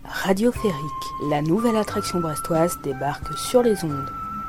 Radio Férique, la nouvelle attraction brestoise débarque sur les ondes.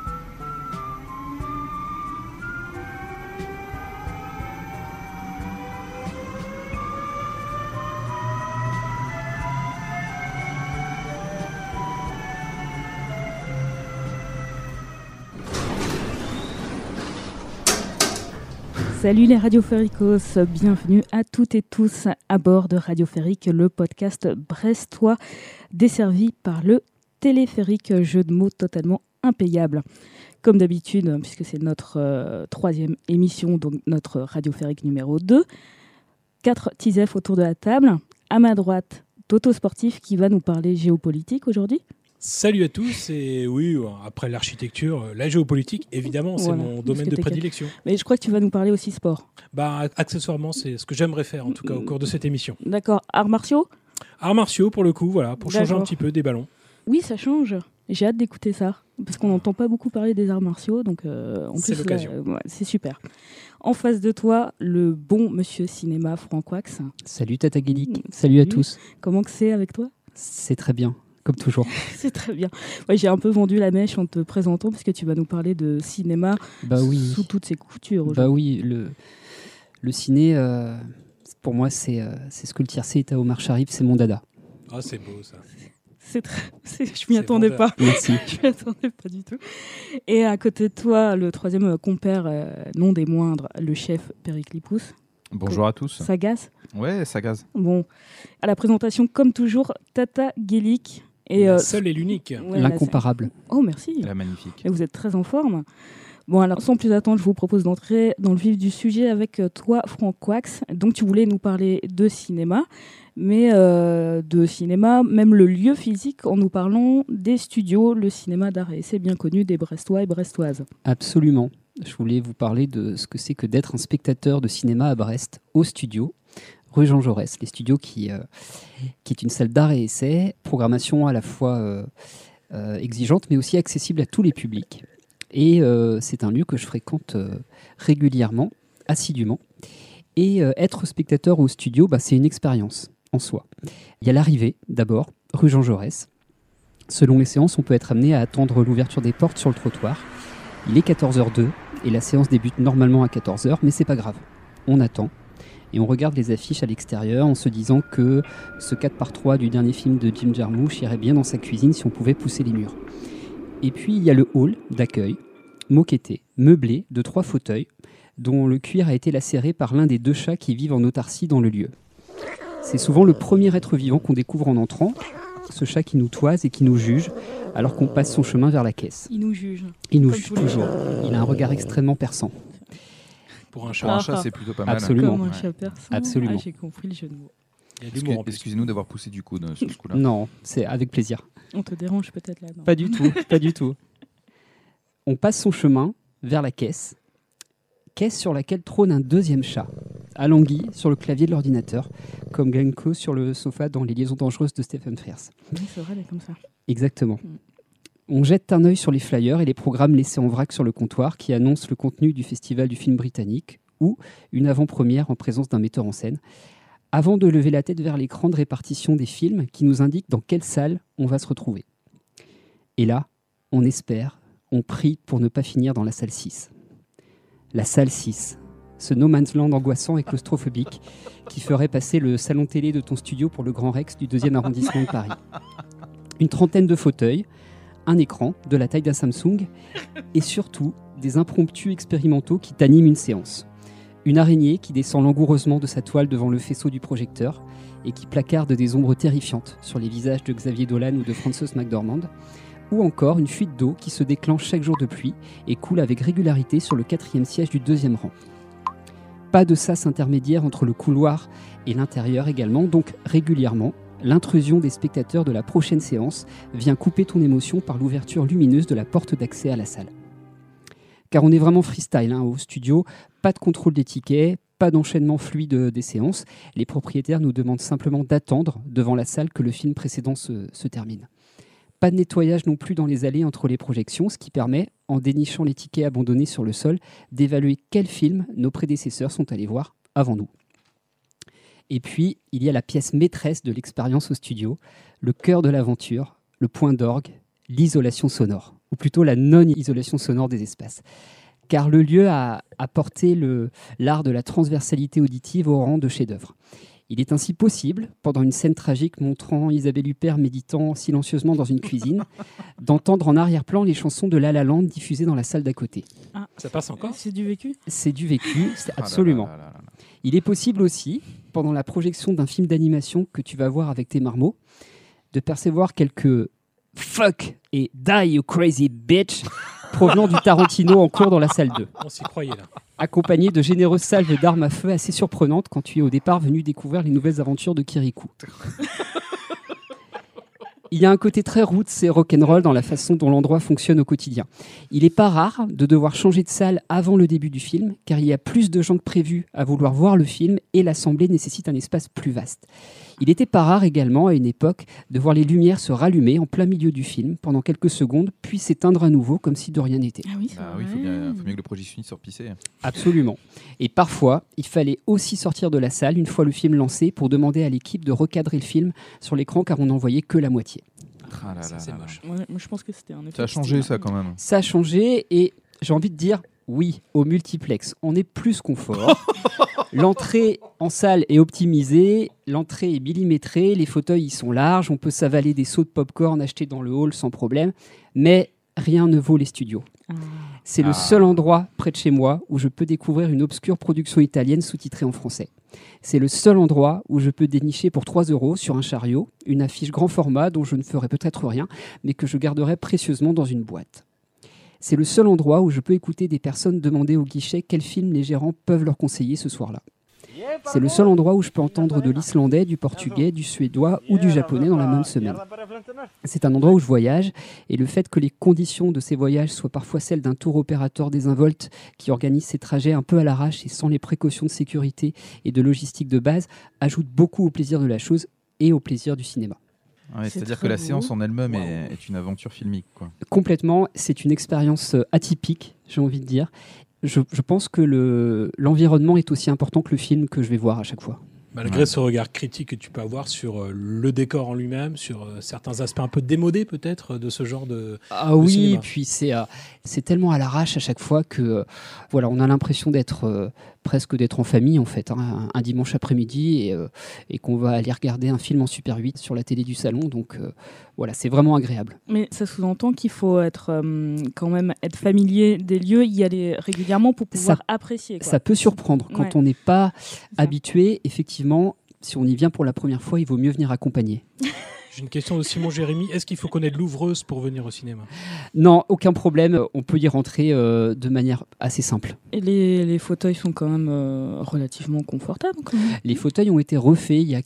Salut les radiophéricos, bienvenue à toutes et tous à bord de Radio Férique, le podcast brestois desservi par le téléphérique, jeu de mots totalement impayable. Comme d'habitude, puisque c'est notre troisième émission, donc notre Radio Férique numéro 2, 4 TISEF autour de la table. À ma droite, Toto Sportif qui va nous parler géopolitique aujourd'hui. Salut à tous, et oui, après l'architecture, la géopolitique, évidemment, c'est mon domaine de prédilection. Mais je crois que tu vas nous parler aussi sport. Accessoirement, c'est ce que j'aimerais faire, en tout cas, au cours de cette émission. D'accord. Arts martiaux ? Arts martiaux, pour le coup, voilà, pour changer un petit peu des ballons. Oui, ça change. J'ai hâte d'écouter ça, parce qu'on n'entend pas beaucoup parler des arts martiaux, donc en plus, c'est l'occasion. C'est super. En face de toi, le bon monsieur cinéma Franck Wax. Salut Tata Guélic, salut à tous. Comment que c'est avec toi ? C'est très bien. Comme toujours. C'est très bien. Ouais, j'ai un peu vendu la mèche en te présentant, parce que tu vas nous parler de cinéma sous toutes ses coutures. Oui, le ciné, pour moi, c'est ce que le tiercé est à Omar Sharif, c'est mon dada. Ah, c'est beau ça. Je m'y attendais pas. Merci. Je m'y attendais pas du tout. Et à côté de toi, le troisième compère, non des moindres, le chef Périclipous. Bonjour à tous. Ça gaze ? Ouais, ça gaze. Bon, à la présentation, comme toujours, Tata Guélic. La seule et l'unique. Ouais, l'incomparable. Oh, merci. La magnifique. Et vous êtes très en forme. Bon, alors sans plus attendre, je vous propose d'entrer dans le vif du sujet avec toi, Franck Wax. Donc, tu voulais nous parler de cinéma, mais de cinéma, même le lieu physique, en nous parlant des studios, le cinéma d'art et essai bien connu des Brestois et Brestoises. Absolument. Je voulais vous parler de ce que c'est que d'être un spectateur de cinéma à Brest, au studio, rue Jean Jaurès. Les studios qui est une salle d'art et essai, programmation à la fois exigeante, mais aussi accessible à tous les publics. Et c'est un lieu que je fréquente régulièrement, assidûment. Et être spectateur au studio, c'est une expérience en soi. Il y a l'arrivée, d'abord, rue Jean Jaurès. Selon les séances, on peut être amené à attendre l'ouverture des portes sur le trottoir. Il est 14h02 et la séance débute normalement à 14h, mais c'est pas grave. On attend et on regarde les affiches à l'extérieur en se disant que ce 4x3 du dernier film de Jim Jarmusch irait bien dans sa cuisine si on pouvait pousser les murs. Et puis il y a le hall d'accueil, moquetté, meublé de 3 fauteuils, dont le cuir a été lacéré par l'un des 2 chats qui vivent en autarcie dans le lieu. C'est souvent le premier être vivant qu'on découvre en entrant, ce chat qui nous toise et qui nous juge, alors qu'on passe son chemin vers la caisse. Il nous juge. Il nous juge toujours. Il a un regard extrêmement perçant. Pour un chat, c'est plutôt pas mal. Absolument. Comme un chat perçant. Absolument. J'ai compris le jeu de mots. Excusez-nous d'avoir poussé du coude sur ce coup-là. Non, c'est avec plaisir. On te dérange peut-être là, non ? Pas du tout, pas du tout. On passe son chemin vers la caisse sur laquelle trône un 2e chat, alangui sur le clavier de l'ordinateur, comme Glencoe sur le sofa dans Les Liaisons dangereuses de Stephen Frears. Oui, c'est vrai, elle est comme ça. Exactement. On jette un œil sur les flyers et les programmes laissés en vrac sur le comptoir qui annoncent le contenu du Festival du film britannique ou une avant-première en présence d'un metteur en scène, avant de lever la tête vers l'écran de répartition des films qui nous indique dans quelle salle on va se retrouver. Et là, on espère, on prie pour ne pas finir dans la salle 6. La salle 6, ce no man's land angoissant et claustrophobique qui ferait passer le salon télé de ton studio pour le Grand Rex du 2e arrondissement de Paris. Une trentaine de fauteuils, un écran de la taille d'un Samsung et surtout des impromptus expérimentaux qui t'animent une séance. Une araignée qui descend langoureusement de sa toile devant le faisceau du projecteur et qui placarde des ombres terrifiantes sur les visages de Xavier Dolan ou de Frances McDormand, ou encore une fuite d'eau qui se déclenche chaque jour de pluie et coule avec régularité sur le 4e siège du 2e rang. Pas de sas intermédiaire entre le couloir et l'intérieur également, donc régulièrement, l'intrusion des spectateurs de la prochaine séance vient couper ton émotion par l'ouverture lumineuse de la porte d'accès à la salle. Car on est vraiment freestyle au studio, pas de contrôle des tickets, pas d'enchaînement fluide des séances. Les propriétaires nous demandent simplement d'attendre devant la salle que le film précédent se termine. Pas de nettoyage non plus dans les allées entre les projections, ce qui permet, en dénichant les tickets abandonnés sur le sol, d'évaluer quels films nos prédécesseurs sont allés voir avant nous. Et puis, il y a la pièce maîtresse de l'expérience au studio, le cœur de l'aventure, le point d'orgue, l'isolation sonore, ou plutôt la non-isolation sonore des espaces. Car le lieu a porté l'art de la transversalité auditive au rang de chef-d'œuvre. Il est ainsi possible, pendant une scène tragique montrant Isabelle Huppert méditant silencieusement dans une cuisine, d'entendre en arrière-plan les chansons de La La Land diffusées dans la salle d'à côté. Ah, ça passe encore ? C'est du vécu ? C'est du vécu, c'est absolument. Il est possible aussi, pendant la projection d'un film d'animation que tu vas voir avec tes marmots, de percevoir quelques « fuck » et « die you crazy bitch » provenant du Tarantino en cours dans la salle 2. On s'y croyait là. Accompagné de généreuses salves d'armes à feu assez surprenantes quand tu es au départ venu découvrir les nouvelles aventures de Kirikou. Il y a un côté très roots et rock'n'roll dans la façon dont l'endroit fonctionne au quotidien. Il n'est pas rare de devoir changer de salle avant le début du film, car il y a plus de gens que prévu à vouloir voir le film et l'assemblée nécessite un espace plus vaste. Il n'était pas rare également, à une époque, de voir les lumières se rallumer en plein milieu du film pendant quelques secondes, puis s'éteindre à nouveau comme si de rien n'était. Ah oui, il faut mieux que le projectionniste se repisser. Absolument. Et parfois, il fallait aussi sortir de la salle une fois le film lancé pour demander à l'équipe de recadrer le film sur l'écran car on n'en voyait que la moitié. C'est moche. Ouais, moi, je pense que c'était un effet. Ça a changé ça quand même. Ça a changé et j'ai envie de dire oui, au multiplex, on est plus confort. L'entrée en salle est optimisée, l'entrée est millimétrée, les fauteuils ils sont larges, on peut s'avaler des seaux de popcorn achetés dans le hall sans problème, mais rien ne vaut les studios. C'est le seul endroit près de chez moi où je peux découvrir une obscure production italienne sous-titrée en français. C'est le seul endroit où je peux dénicher pour 3 € sur un chariot une affiche grand format dont je ne ferai peut-être rien, mais que je garderai précieusement dans une boîte. C'est le seul endroit où je peux écouter des personnes demander au guichet quels films les gérants peuvent leur conseiller ce soir-là. C'est le seul endroit où je peux entendre de l'islandais, du portugais, du suédois ou du japonais dans la même semaine. C'est un endroit où je voyage et le fait que les conditions de ces voyages soient parfois celles d'un tour opérateur désinvolte qui organise ses trajets un peu à l'arrache et sans les précautions de sécurité et de logistique de base ajoute beaucoup au plaisir de la chose et au plaisir du cinéma. Ouais, c'est-à-dire que la séance en elle-même est une aventure filmique, quoi. Complètement, c'est une expérience atypique, j'ai envie de dire. Je pense que l'environnement est aussi important que le film que je vais voir à chaque fois. Malgré ce regard critique que tu peux avoir sur le décor en lui-même, sur certains aspects un peu démodés peut-être de ce genre de cinéma. Et puis c'est tellement à l'arrache à chaque fois que voilà, on a l'impression presque d'être en famille en fait, hein, un dimanche après-midi et qu'on va aller regarder un film en Super 8 sur la télé du salon. Donc voilà, c'est vraiment agréable. Mais ça sous-entend qu'il faut être quand même être familier des lieux, y aller régulièrement pour pouvoir apprécier. Quoi. Ça peut surprendre quand on n'est pas habitué. Effectivement, si on y vient pour la première fois, il vaut mieux venir accompagné. J'ai une question de Simon Jérémy. Est-ce qu'il faut connaître l'ouvreuse pour venir au cinéma ? Non, aucun problème. On peut y rentrer de manière assez simple. Et les fauteuils sont quand même relativement confortables. Quand même. Les fauteuils ont été refaits il y a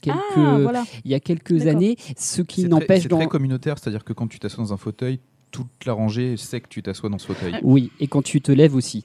quelques années. Ce qui n'empêche c'est très communautaire, c'est-à-dire que quand tu t'assois dans un fauteuil, toute la rangée sait que tu t'assois dans ce fauteuil. Oui, et quand tu te lèves aussi.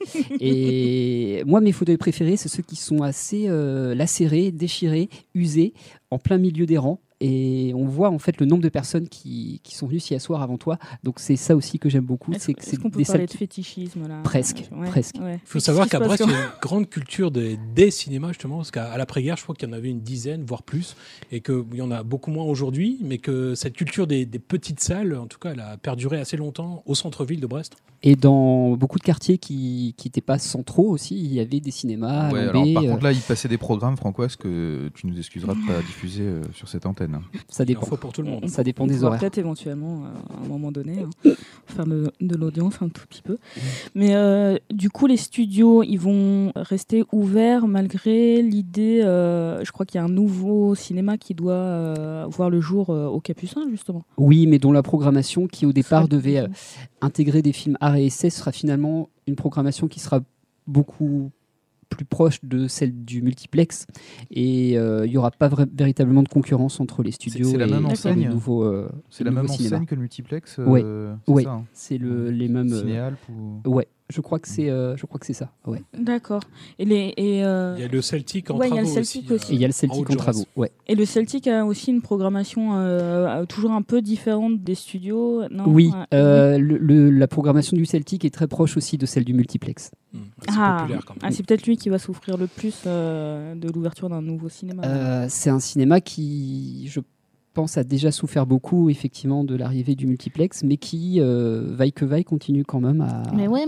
Et moi, mes fauteuils préférés, c'est ceux qui sont assez lacérés, déchirés, usés, en plein milieu des rangs. Et on voit en fait le nombre de personnes qui sont venues s'y asseoir avant toi. Donc c'est ça aussi que j'aime beaucoup. Est-ce qu'on peut parler de fétichisme là ? Presque. Il faut savoir qu'à Brest, il y a une grande culture des cinémas justement, parce qu'à l'après-guerre, je crois qu'il y en avait une dizaine, voire plus, et qu'il y en a beaucoup moins aujourd'hui, mais que cette culture des petites salles, en tout cas, elle a perduré assez longtemps au centre-ville de Brest. Et dans beaucoup de quartiers qui n'étaient pas centraux aussi, il y avait des cinémas. Par contre là, il passait des programmes, François, que tu nous excuseras de ne pas diffuser sur cette antenne. Ça dépend. Il en faut pour tout le monde. Ça dépend des horaires. Peut-être éventuellement à un moment donné, faire de l'audience un tout petit peu. Mais du coup, les studios, ils vont rester ouverts malgré l'idée. Je crois qu'il y a un nouveau cinéma qui doit voir le jour au Capucin, justement. Oui, mais dont la programmation qui au départ devait intégrer des films art et essai sera finalement une programmation qui sera beaucoup plus proche de celle du multiplex et il n'y aura pas véritablement de concurrence entre les studios et les nouveaux c'est la même enseigne que le multiplex Oui, ça, hein. c'est les mêmes Cinéalp ouais, Je crois que c'est ça. Ouais. D'accord. Il y a le Celtic en Ouais, travaux il y a le Celtic aussi. Et il y a le Celtic en travaux. Ouais. Et le Celtic a aussi une programmation toujours un peu différente des studios, non? Oui, la programmation du Celtic est très proche aussi de celle du multiplex. C'est populaire quand même. C'est peut-être lui qui va souffrir le plus de l'ouverture d'un nouveau cinéma. C'est un cinéma qui, je pense, a déjà souffert beaucoup effectivement de l'arrivée du multiplex, mais qui, vaille que vaille, continue quand même à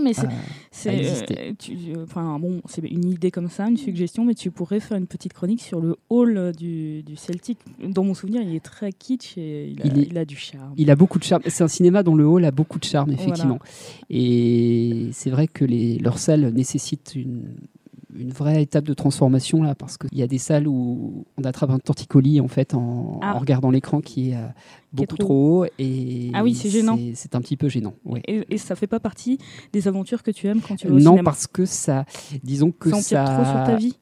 exister. C'est une idée comme ça, une suggestion, mais tu pourrais faire une petite chronique sur le hall du Celtic. Dans mon souvenir, il est très kitsch et il a du charme. Il a beaucoup de charme. C'est un cinéma dont le hall a beaucoup de charme, effectivement. Voilà. Et c'est vrai que leurs salles nécessitent une vraie étape de transformation là, parce qu'il y a des salles où on attrape un torticolis en fait en regardant l'écran qui est beaucoup trop haut et c'est gênant. C'est un petit peu gênant. Ouais. Et ça fait pas partie des aventures que tu aimes quand tu vas au cinéma? Non, parce que ça, disons que ça empiète trop sur ta vie.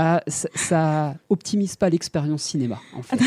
Ça optimise pas l'expérience cinéma en fait.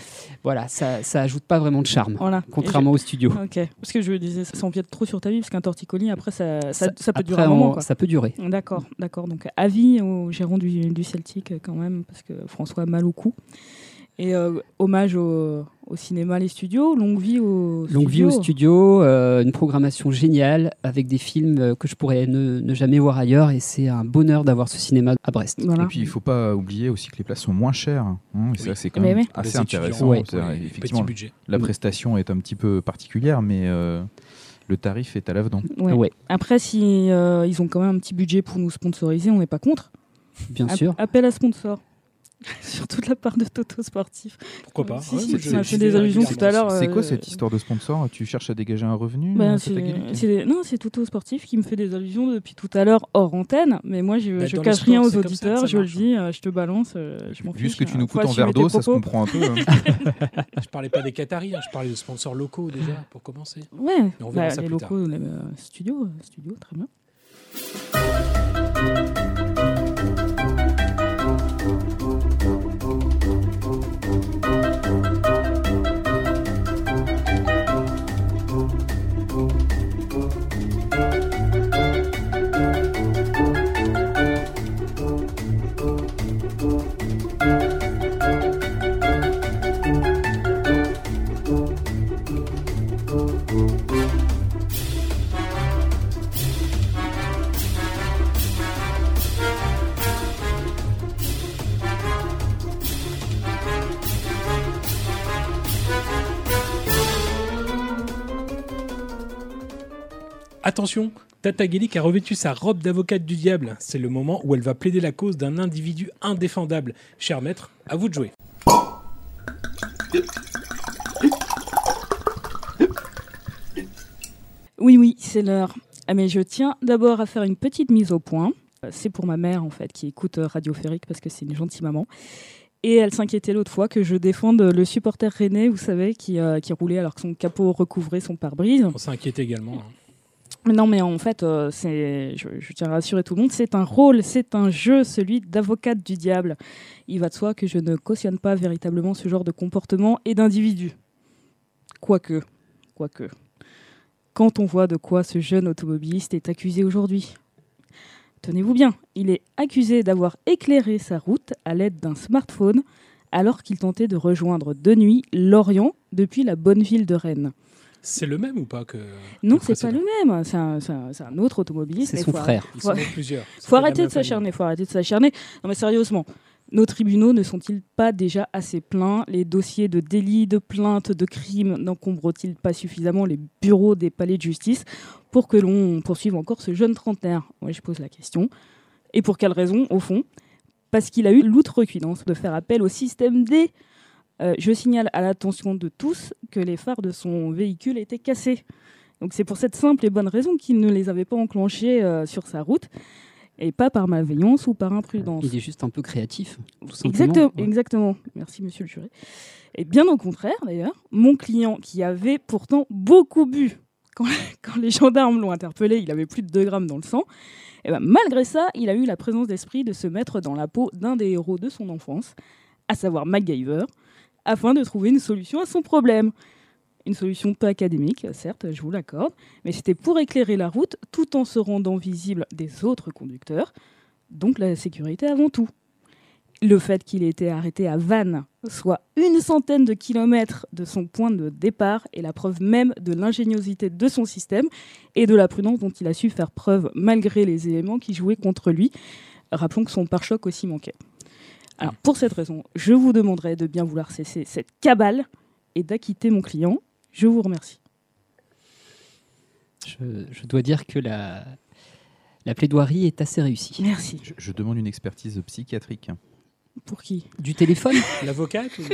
Ça ajoute pas vraiment de charme, contrairement au studio. Ok. Parce que je disais, ça empiète trop sur ta vie, parce qu'un torticolis, après, ça peut durer un moment. Ça peut durer. D'accord. Donc, avis au gérant du Celtic, quand même, parce que François a mal au cou. Et hommage au cinéma, les studios, longue vie au studio, une programmation géniale avec des films que je pourrais ne jamais voir ailleurs, et c'est un bonheur d'avoir ce cinéma à Brest. Voilà. Et puis il ne faut pas oublier aussi que les places sont moins chères, et ça c'est quand même assez intéressant. Effectivement, la prestation est un petit peu particulière, mais le tarif est à l'avenant. Ouais. Après, si ils ont quand même un petit budget pour nous sponsoriser, on n'est pas contre. Bien sûr. Appel à sponsor. Surtout de la part de Toto Sportif. Pourquoi pas? Tu m'as fait des allusions tout à l'heure. C'est quoi cette histoire de sponsor? Tu cherches à dégager un revenu? C'est Toto Sportif qui me fait des allusions depuis tout à l'heure hors antenne. Mais moi, je cache rien aux auditeurs. Je le dis, je te balance. Vu ce que tu nous coûtes en verre d'eau, ça se comprend un peu. Je parlais pas des Qataris, je parlais de sponsors locaux déjà, pour commencer. Ouais, les locaux, les studios, très bien. Attention, Tata Guélic a revêtu sa robe d'avocate du diable. C'est le moment où elle va plaider la cause d'un individu indéfendable. Cher maître, à vous de jouer. Oui, c'est l'heure. Mais je tiens d'abord à faire une petite mise au point. C'est pour ma mère, en fait, qui écoute Radio Férique, parce que c'est une gentille maman. Et elle s'inquiétait l'autre fois que je défende le supporter rennais, vous savez, qui roulait alors que son capot recouvrait son pare-brise. On s'inquiétait également. Non, mais en fait, je tiens à rassurer tout le monde, c'est un rôle, c'est un jeu, celui d'avocate du diable. Il va de soi que je ne cautionne pas véritablement ce genre de comportement et d'individu. Quoique. Quand on voit de quoi ce jeune automobiliste est accusé aujourd'hui. Tenez-vous bien, il est accusé d'avoir éclairé sa route à l'aide d'un smartphone alors qu'il tentait de rejoindre de nuit Lorient depuis la bonne ville de Rennes. C'est le même ou pas que... Non, c'est pas le même. C'est un autre automobiliste. C'est son frère. Ils sont plusieurs. Faut arrêter de s'acharner. Non, mais sérieusement, nos tribunaux ne sont-ils pas déjà assez pleins? Les dossiers de délits, de plaintes, de crimes n'encombrent-ils pas suffisamment les bureaux des palais de justice pour que l'on poursuive encore ce jeune trentenaire? Moi, je pose la question. Et pour quelle raison, au fond? Parce qu'il a eu l'outrecuidance de faire appel au système D. Je signale à l'attention de tous que les phares de son véhicule étaient cassés. Donc c'est pour cette simple et bonne raison qu'il ne les avait pas enclenchés sur sa route, et pas par malveillance ou par imprudence. Il est juste un peu créatif, tout simplement. Exactement. Merci, monsieur le juré. Et bien au contraire, d'ailleurs, mon client, qui avait pourtant beaucoup bu, quand les gendarmes l'ont interpellé, il avait plus de 2 grammes dans le sang, et ben, malgré ça, il a eu la présence d'esprit de se mettre dans la peau d'un des héros de son enfance, à savoir MacGyver, afin de trouver une solution à son problème. Une solution peu académique, certes, je vous l'accorde, mais c'était pour éclairer la route tout en se rendant visible des autres conducteurs. Donc la sécurité avant tout. Le fait qu'il ait été arrêté à Vannes, soit 100 kilomètres de son point de départ, est la preuve même de l'ingéniosité de son système et de la prudence dont il a su faire preuve malgré les éléments qui jouaient contre lui. Rappelons que son pare-choc aussi manquait. Alors pour cette raison, je vous demanderai de bien vouloir cesser cette cabale et d'acquitter mon client. Je vous remercie. Je dois dire que la plaidoirie est assez réussie. Merci. Je demande une expertise psychiatrique. Pour qui ? Du téléphone ? L'avocate ou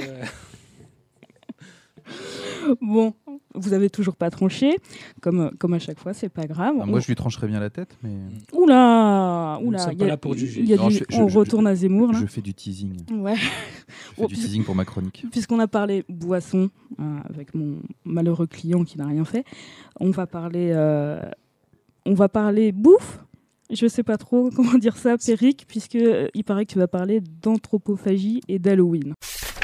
Bon, vous avez toujours pas tranché, comme à chaque fois, c'est pas grave. Moi, je lui trancherais bien la tête, mais... Oula, Nous ne sommes pas là pour juger. On retourne à Zemmour, là. Je fais du teasing. Ouais. Je fais du teasing pour ma chronique. Puisqu'on a parlé boisson, avec mon malheureux client qui n'a rien fait, on va parler bouffe. Je sais pas trop comment dire ça, Péric, puisqu'il paraît que tu vas parler d'anthropophagie et d'Halloween.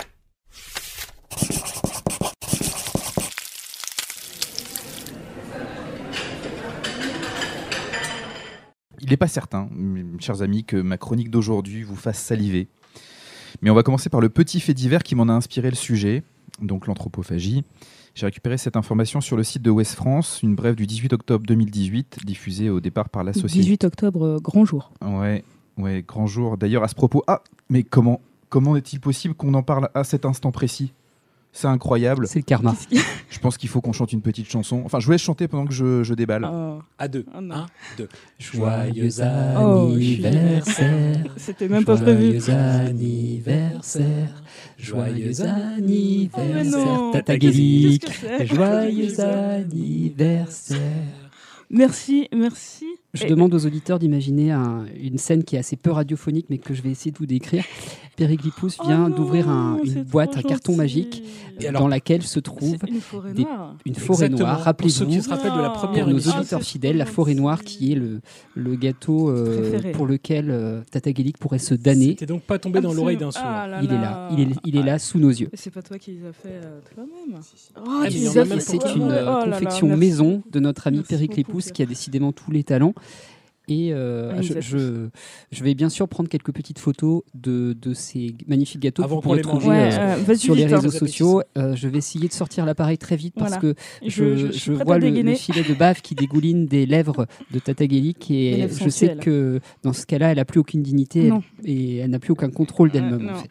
Il n'est pas certain, chers amis, que ma chronique d'aujourd'hui vous fasse saliver. Mais on va commencer par le petit fait divers qui m'en a inspiré le sujet, donc l'anthropophagie. J'ai récupéré cette information sur le site de Ouest France, une brève du 18 octobre 2018, diffusée au départ par l'association... 18 octobre, grand jour. Ouais, grand jour. D'ailleurs, à ce propos... Ah, mais comment est-il possible qu'on en parle à cet instant précis ? C'est incroyable. C'est le karma. Je pense qu'il faut qu'on chante une petite chanson. Enfin, je vous laisse chanter pendant que je déballe. À deux. Oh, 1, 2. Joyeux anniversaire. C'était même pas prévu. Joyeux anniversaire. Joyeux anniversaire. Tata Guélic. Joyeux anniversaire. Merci. Je demande aux auditeurs d'imaginer une scène qui est assez peu radiophonique, mais que je vais essayer de vous décrire. Périglipous vient d'ouvrir une boîte à carton magique dans laquelle se trouve une forêt noire. Rappelez-vous, pour ceux qui se rappellent de la première pour nos émission. auditeurs fidèles, la forêt noire qui est le gâteau pour lequel Tata Guélic pourrait se damner. C'était donc pas tombé dans l'oreille d'un sourd. Il est là, il est là sous nos yeux. C'est pas toi qui les as fait toi-même. C'est une confection maison de notre ami Périglipous qui a décidément tous les talents. Et je vais bien sûr prendre quelques petites photos de ces magnifiques gâteaux que vous pourrez trouver sur les réseaux sociaux. Je vais essayer de sortir l'appareil très vite parce que je vois le filet de bave qui dégouline des lèvres de Tata Guélic et je sais que dans ce cas-là, elle n'a plus aucune dignité et elle n'a plus aucun contrôle d'elle-même. En fait.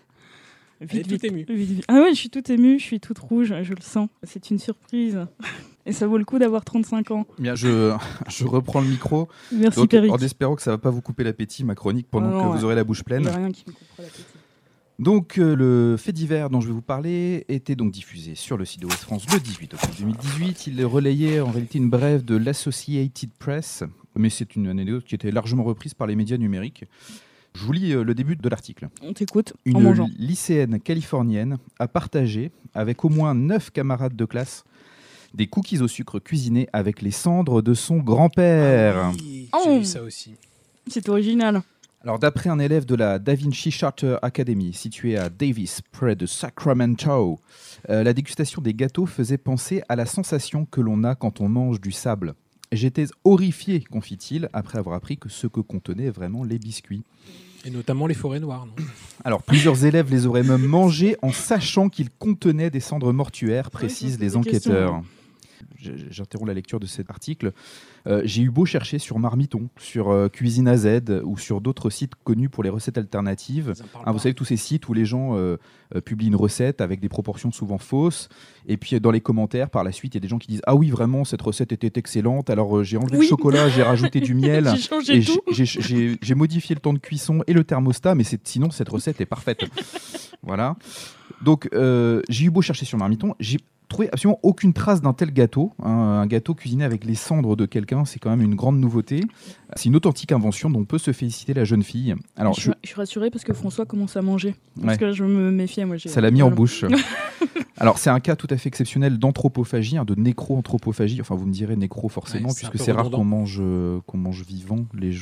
Vite. Ah ouais, je suis toute émue, je suis toute rouge, je le sens. C'est une surprise. Et ça vaut le coup d'avoir 35 ans. Bien, je reprends le micro. Merci Péric. En espérant que ça ne va pas vous couper l'appétit, ma chronique, pendant que vous aurez la bouche pleine. Il n'y a rien qui me coupera l'appétit. Donc, le fait divers dont je vais vous parler était donc diffusé sur le site de Ouest France le 18 octobre 2018. Il relayait en réalité une brève de l'Associated Press, mais c'est une anecdote qui était largement reprise par les médias numériques. Je vous lis le début de l'article. On t'écoute en mangeant. Une lycéenne californienne a partagé avec au moins 9 camarades de classe des cookies au sucre cuisinés avec les cendres de son grand-père. Ah oui, j'ai vu ça aussi. C'est original. Alors, d'après un élève de la Da Vinci Charter Academy, située à Davis, près de Sacramento, la dégustation des gâteaux faisait penser à la sensation que l'on a quand on mange du sable. J'étais horrifié, confie-t-il, après avoir appris que ce que contenaient vraiment les biscuits. Et notamment les forêts noires, non ? Alors, plusieurs élèves les auraient même mangés en sachant qu'ils contenaient des cendres mortuaires, précisent les enquêteurs. J'interromps la lecture de cet article. J'ai eu beau chercher sur Marmiton, sur Cuisine AZ ou sur d'autres sites connus pour les recettes alternatives. Vous savez, tous ces sites où les gens publient une recette avec des proportions souvent fausses. Et puis dans les commentaires, par la suite, il y a des gens qui disent « Ah oui, vraiment, cette recette était excellente. Alors j'ai enlevé le chocolat, j'ai rajouté du miel. J'ai changé tout. J'ai modifié le temps de cuisson et le thermostat, mais sinon, cette recette est parfaite. » Voilà. Donc, j'ai eu beau chercher sur Marmiton. J'ai trouvé absolument aucune trace d'un tel gâteau. Un gâteau cuisiné avec les cendres de quelqu'un, c'est quand même une grande nouveauté. C'est une authentique invention dont peut se féliciter la jeune fille. Alors, je suis rassurée parce que François commence à manger. Parce que je me méfiais. Ça l'a mis en bouche. Alors, c'est un cas tout à fait exceptionnel d'anthropophagie, de nécro-anthropophagie. Enfin, vous me direz nécro forcément, puisque c'est rare qu'on mange vivant les gens.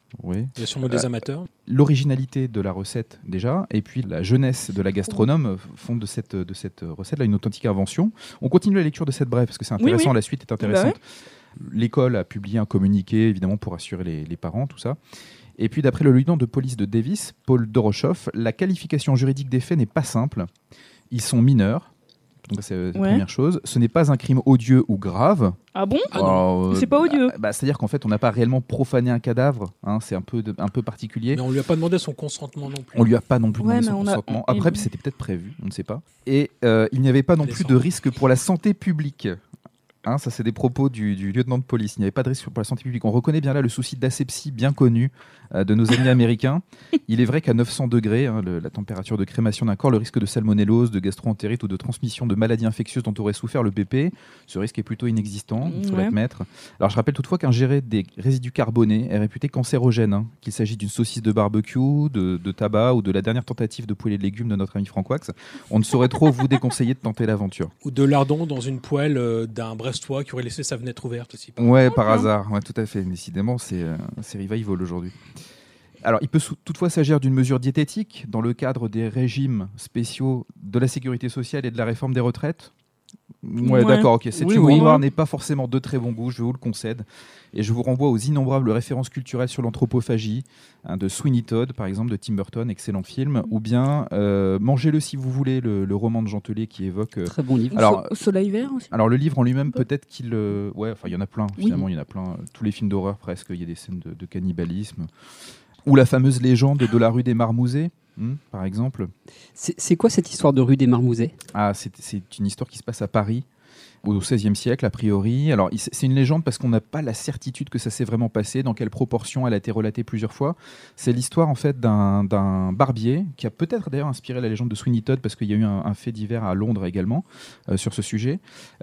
Oui. Il y a sûrement des amateurs. L'originalité de la recette déjà, et puis la jeunesse de la gastronome font de cette recette là une authentique invention. On continue la lecture de cette brève parce que c'est intéressant, la suite est intéressante. L'école a publié un communiqué évidemment pour assurer les parents, tout ça. Et puis d'après le lieutenant de police de Davis, Paul Dorochoff, la qualification juridique des faits n'est pas simple. Ils sont mineurs. Donc c'est la première chose. Ce n'est pas un crime odieux ou grave. Ah bon? Alors, c'est pas odieux. C'est-à-dire qu'en fait, on n'a pas réellement profané un cadavre. Hein, c'est un peu particulier. Mais on lui a pas demandé son consentement non plus. On lui a pas non plus demandé son consentement. Après, c'était peut-être prévu, on ne sait pas. Et il n'y avait pas non plus de risque pour la santé publique. Hein, ça, c'est des propos du lieutenant de police. Il n'y avait pas de risque pour la santé publique. On reconnaît bien là le souci d'asepsie bien connu de nos amis américains. Il est vrai qu'à 900 degrés, la température de crémation d'un corps, le risque de salmonellose, de gastro-entérite ou de transmission de maladies infectieuses dont aurait souffert le bébé, ce risque est plutôt inexistant, il faut l'admettre. Alors, je rappelle toutefois qu'ingérer des résidus carbonés est réputé cancérogène, hein, qu'il s'agisse d'une saucisse de barbecue, de tabac ou de la dernière tentative de poulet et de légumes de notre ami Franck Wax. On ne saurait trop vous déconseiller de tenter l'aventure. Ou de lardon dans une poêle d'un Brestois qui aurait laissé sa fenêtre ouverte aussi. Par hasard, tout à fait. Décidément, c'est revival aujourd'hui. Alors, il peut toutefois s'agir d'une mesure diététique dans le cadre des régimes spéciaux de la sécurité sociale et de la réforme des retraites. D'accord, ok. Cet humour noir n'est pas forcément de très bon goût, je vous le concède. Et je vous renvoie aux innombrables références culturelles sur l'anthropophagie, de Sweeney Todd, par exemple, de Tim Burton, excellent film, ou bien Mangez-le si vous voulez, le roman de Jean Telet qui évoque... Très bon livre. Alors, Au soleil vert aussi. Alors, le livre en lui-même, peut-être qu'il... il y en a plein, finalement, il y en a plein. Tous les films d'horreur, presque, il y a des scènes de cannibalisme. Ou la fameuse légende de la rue des Marmousets, par exemple. C'est quoi cette histoire de rue des Marmousets ? C'est une histoire qui se passe à Paris, au XVIe siècle, a priori. Alors, c'est une légende parce qu'on n'a pas la certitude que ça s'est vraiment passé, dans quelle proportion elle a été relatée plusieurs fois. C'est l'histoire, en fait, d'un barbier, qui a peut-être d'ailleurs inspiré la légende de Sweeney Todd, parce qu'il y a eu un fait divers à Londres également, sur ce sujet.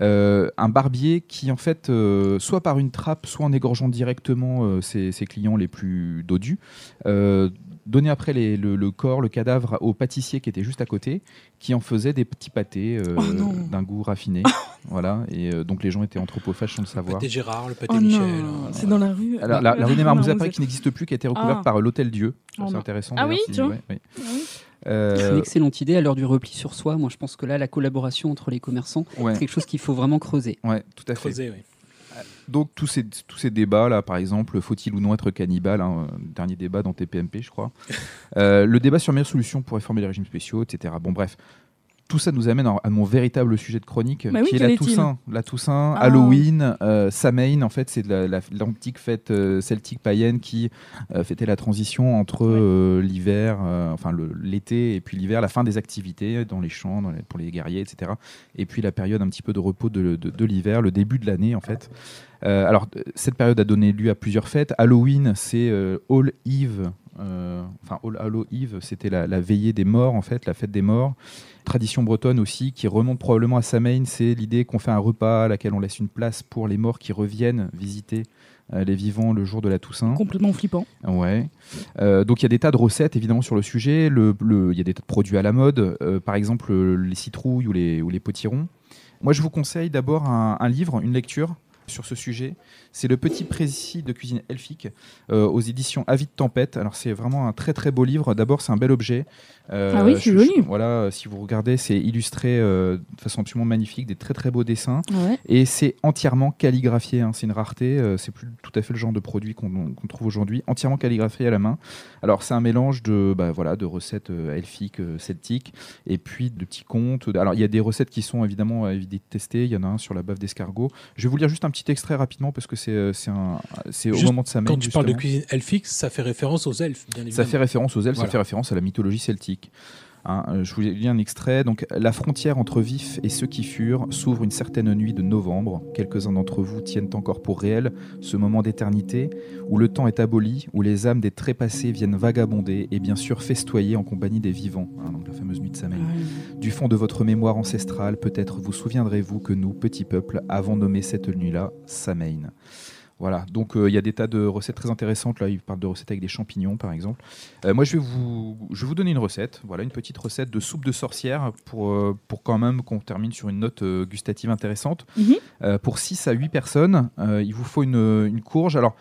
Un barbier qui, en fait, soit par une trappe, soit en égorgeant directement ses clients les plus dodus, donnait après le corps, le cadavre au pâtissier qui était juste à côté, qui en faisait des petits pâtés d'un goût raffiné. Voilà, et donc les gens étaient anthropophages sans le savoir. Le pâté Gérard, le pâté Michel. C'est dans la rue. La rue des Marmousets, après, qui n'existe plus, qui a été recouverte par l'Hôtel Dieu. C'est intéressant. Ah oui, tu vois. C'est une excellente idée à l'heure du repli sur soi. Moi, je pense que là, la collaboration entre les commerçants, c'est quelque chose qu'il faut vraiment creuser. Oui, tout à fait. Donc tous ces débats là, par exemple, faut-il ou non être cannibale, dernier débat dans TPMP, je crois. Le débat sur meilleure solution pour réformer les régimes spéciaux, etc. Bon, bref. Tout ça nous amène à mon véritable sujet de chronique, qui est la Toussaint. La Toussaint, Halloween, Samhain, en fait, c'est l'antique fête celtique païenne qui fêtait la transition entre l'hiver, l'été et puis l'hiver, la fin des activités dans les champs, pour les guerriers, etc. Et puis la période un petit peu de repos de l'hiver, le début de l'année, en fait. Alors, cette période a donné lieu à plusieurs fêtes. Halloween, c'est All Eve. All Hallow Eve, c'était la veillée des morts, en fait, la fête des morts. Tradition bretonne aussi, qui remonte probablement à Samhain, c'est l'idée qu'on fait un repas à laquelle on laisse une place pour les morts qui reviennent visiter les vivants le jour de la Toussaint. Complètement flippant. Ouais. Donc il y a des tas de recettes évidemment sur le sujet. Il y a des tas de produits à la mode, par exemple les citrouilles ou les potirons. Moi je vous conseille d'abord un livre, une lecture sur ce sujet. C'est le petit précis de cuisine elfique aux éditions Avis de Tempête. Alors c'est vraiment un très très beau livre. D'abord c'est un bel objet. C'est joli. Voilà, si vous regardez, c'est illustré de façon absolument magnifique, des très très beaux dessins. Ouais. Et c'est entièrement calligraphié. C'est une rareté. C'est plus tout à fait le genre de produit qu'on trouve aujourd'hui. Entièrement calligraphié à la main. Alors c'est un mélange de recettes elfiques, celtiques, et puis de petits contes. Alors il y a des recettes qui sont évidemment à éviter de tester. Il y en a un sur la bave d'escargot. Je vais vous lire juste un petit extrait rapidement parce que c'est au moment de Samhain. Quand tu parles de cuisine elfique, ça fait référence aux elfes, bien évidemment. Ça fait référence aux elfes, voilà. Ça fait référence à la mythologie celtique. Je vous lis un extrait. Donc, la frontière entre vifs et ceux qui furent s'ouvre une certaine nuit de novembre. Quelques-uns d'entre vous tiennent encore pour réel ce moment d'éternité où le temps est aboli, où les âmes des trépassés viennent vagabonder et bien sûr festoyer en compagnie des vivants. Donc la fameuse nuit de Samhain. Du fond de votre mémoire ancestrale, peut-être vous souviendrez-vous que nous, petits peuples, avons nommé cette nuit-là Samhain. Voilà, donc il y a des tas de recettes très intéressantes. Là, il parle de recettes avec des champignons, par exemple. Moi, je vais vous donner une recette. Voilà, une petite recette de soupe de sorcière pour quand même qu'on termine sur une note gustative intéressante. Pour 6 à 8 personnes, il vous faut une courge. Alors,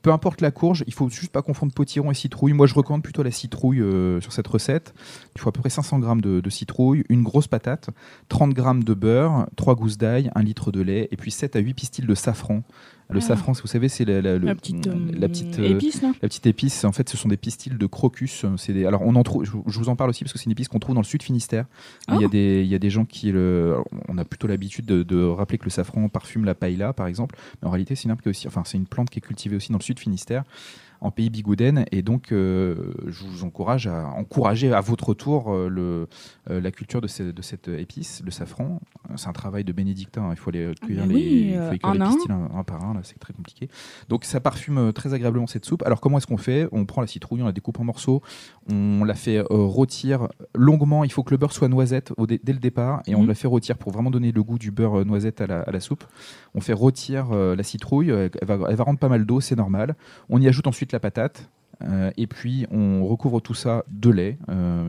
peu importe la courge, il faut juste pas confondre potiron et citrouille. Moi, je recommande plutôt la citrouille sur cette recette. Il faut à peu près 500 g de citrouille, une grosse patate, 30 g de beurre, 3 gousses d'ail, 1 litre de lait et puis 7 à 8 pistils de safran. Le safran, vous savez, c'est la petite épice, là. La petite épice, en fait, ce sont des pistils de crocus. Alors, on en trouve. Je vous en parle aussi parce que c'est une épice qu'on trouve dans le sud Finistère. Il y a des gens qui on a plutôt l'habitude de rappeler que le safran parfume la paella, par exemple. Mais en réalité, c'est une plante qui est cultivée aussi dans le sud Finistère, en pays bigouden, et donc je vous encourage à encourager à votre tour la culture de cette épice, le safran. C'est un travail de bénédictin, il faut aller cueillir les pistils un par un, là, c'est très compliqué. Donc ça parfume très agréablement cette soupe. Alors comment est-ce qu'on fait ? On prend la citrouille, on la découpe en morceaux, on la fait rôtir longuement, il faut que le beurre soit noisette dès le départ, et on la fait rôtir pour vraiment donner le goût du beurre noisette à la soupe. On fait rôtir la citrouille, elle va rendre pas mal d'eau, c'est normal. On y ajoute ensuite la patate, et puis on recouvre tout ça de lait,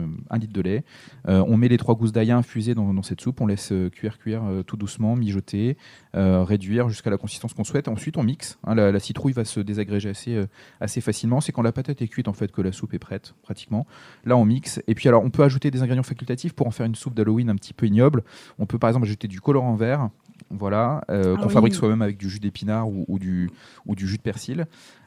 1 litre de lait. On met les 3 gousses d'ail infusées dans cette soupe, on laisse cuire tout doucement, mijoter, réduire jusqu'à la consistance qu'on souhaite. Ensuite on mixe, la citrouille va se désagréger assez facilement. C'est quand la patate est cuite en fait que la soupe est prête pratiquement. Là on mixe, et puis alors on peut ajouter des ingrédients facultatifs pour en faire une soupe d'Halloween un petit peu ignoble. On peut par exemple ajouter du colorant vert, voilà, qu'on fabrique soi-même avec du jus d'épinard ou du jus de persil.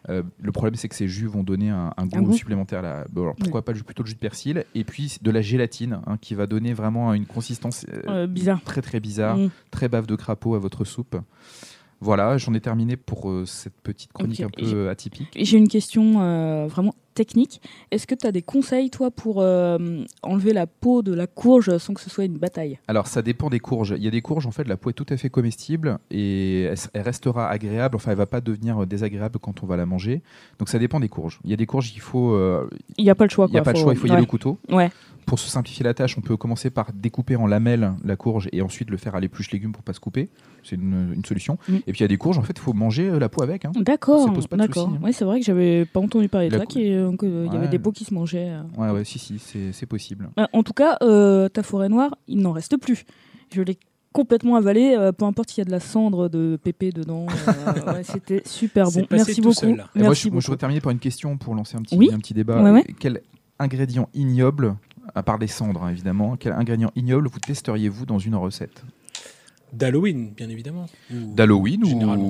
Le problème, c'est que ces jus vont donner un goût supplémentaire. Alors, pourquoi pas plutôt le jus de persil, et puis de la gélatine, qui va donner vraiment une consistance bizarre. Très très bizarre, très bave de crapaud à votre soupe. Voilà, j'en ai terminé pour cette petite chronique un peu atypique. J'ai une question vraiment technique. Est-ce que tu as des conseils, toi, pour enlever la peau de la courge sans que ce soit une bataille ? Alors, ça dépend des courges. Il y a des courges, en fait, la peau est tout à fait comestible et elle restera agréable. Enfin, elle ne va pas devenir désagréable quand on va la manger. Donc, ça dépend des courges. Il y a des courges, il faut... il n'y a pas le choix. Il n'y a pas le choix, il faut y aller au couteau. Ouais. Pour se simplifier la tâche, on peut commencer par découper en lamelles la courge et ensuite le faire à l'épluche légumes pour ne pas se couper. C'est une solution. Et puis il y a des courges, en fait, il faut manger la peau avec. D'accord. Ça pose pas de soucis. Ouais, c'est vrai que j'avais pas entendu parler de ça, qu'il y avait des peaux qui se mangeaient. Ouais, si, c'est possible. En tout cas, ta forêt noire, il n'en reste plus. Je l'ai complètement avalé, peu importe s'il y a de la cendre de pépé dedans. C'était super bon. Merci beaucoup. Moi, je voudrais terminer par une question pour lancer un petit débat. Ouais. Quel ingrédient ignoble, à part des cendres évidemment, quel ingrédient ignoble vous testeriez-vous dans une recette ? D'Halloween, bien évidemment. D'Halloween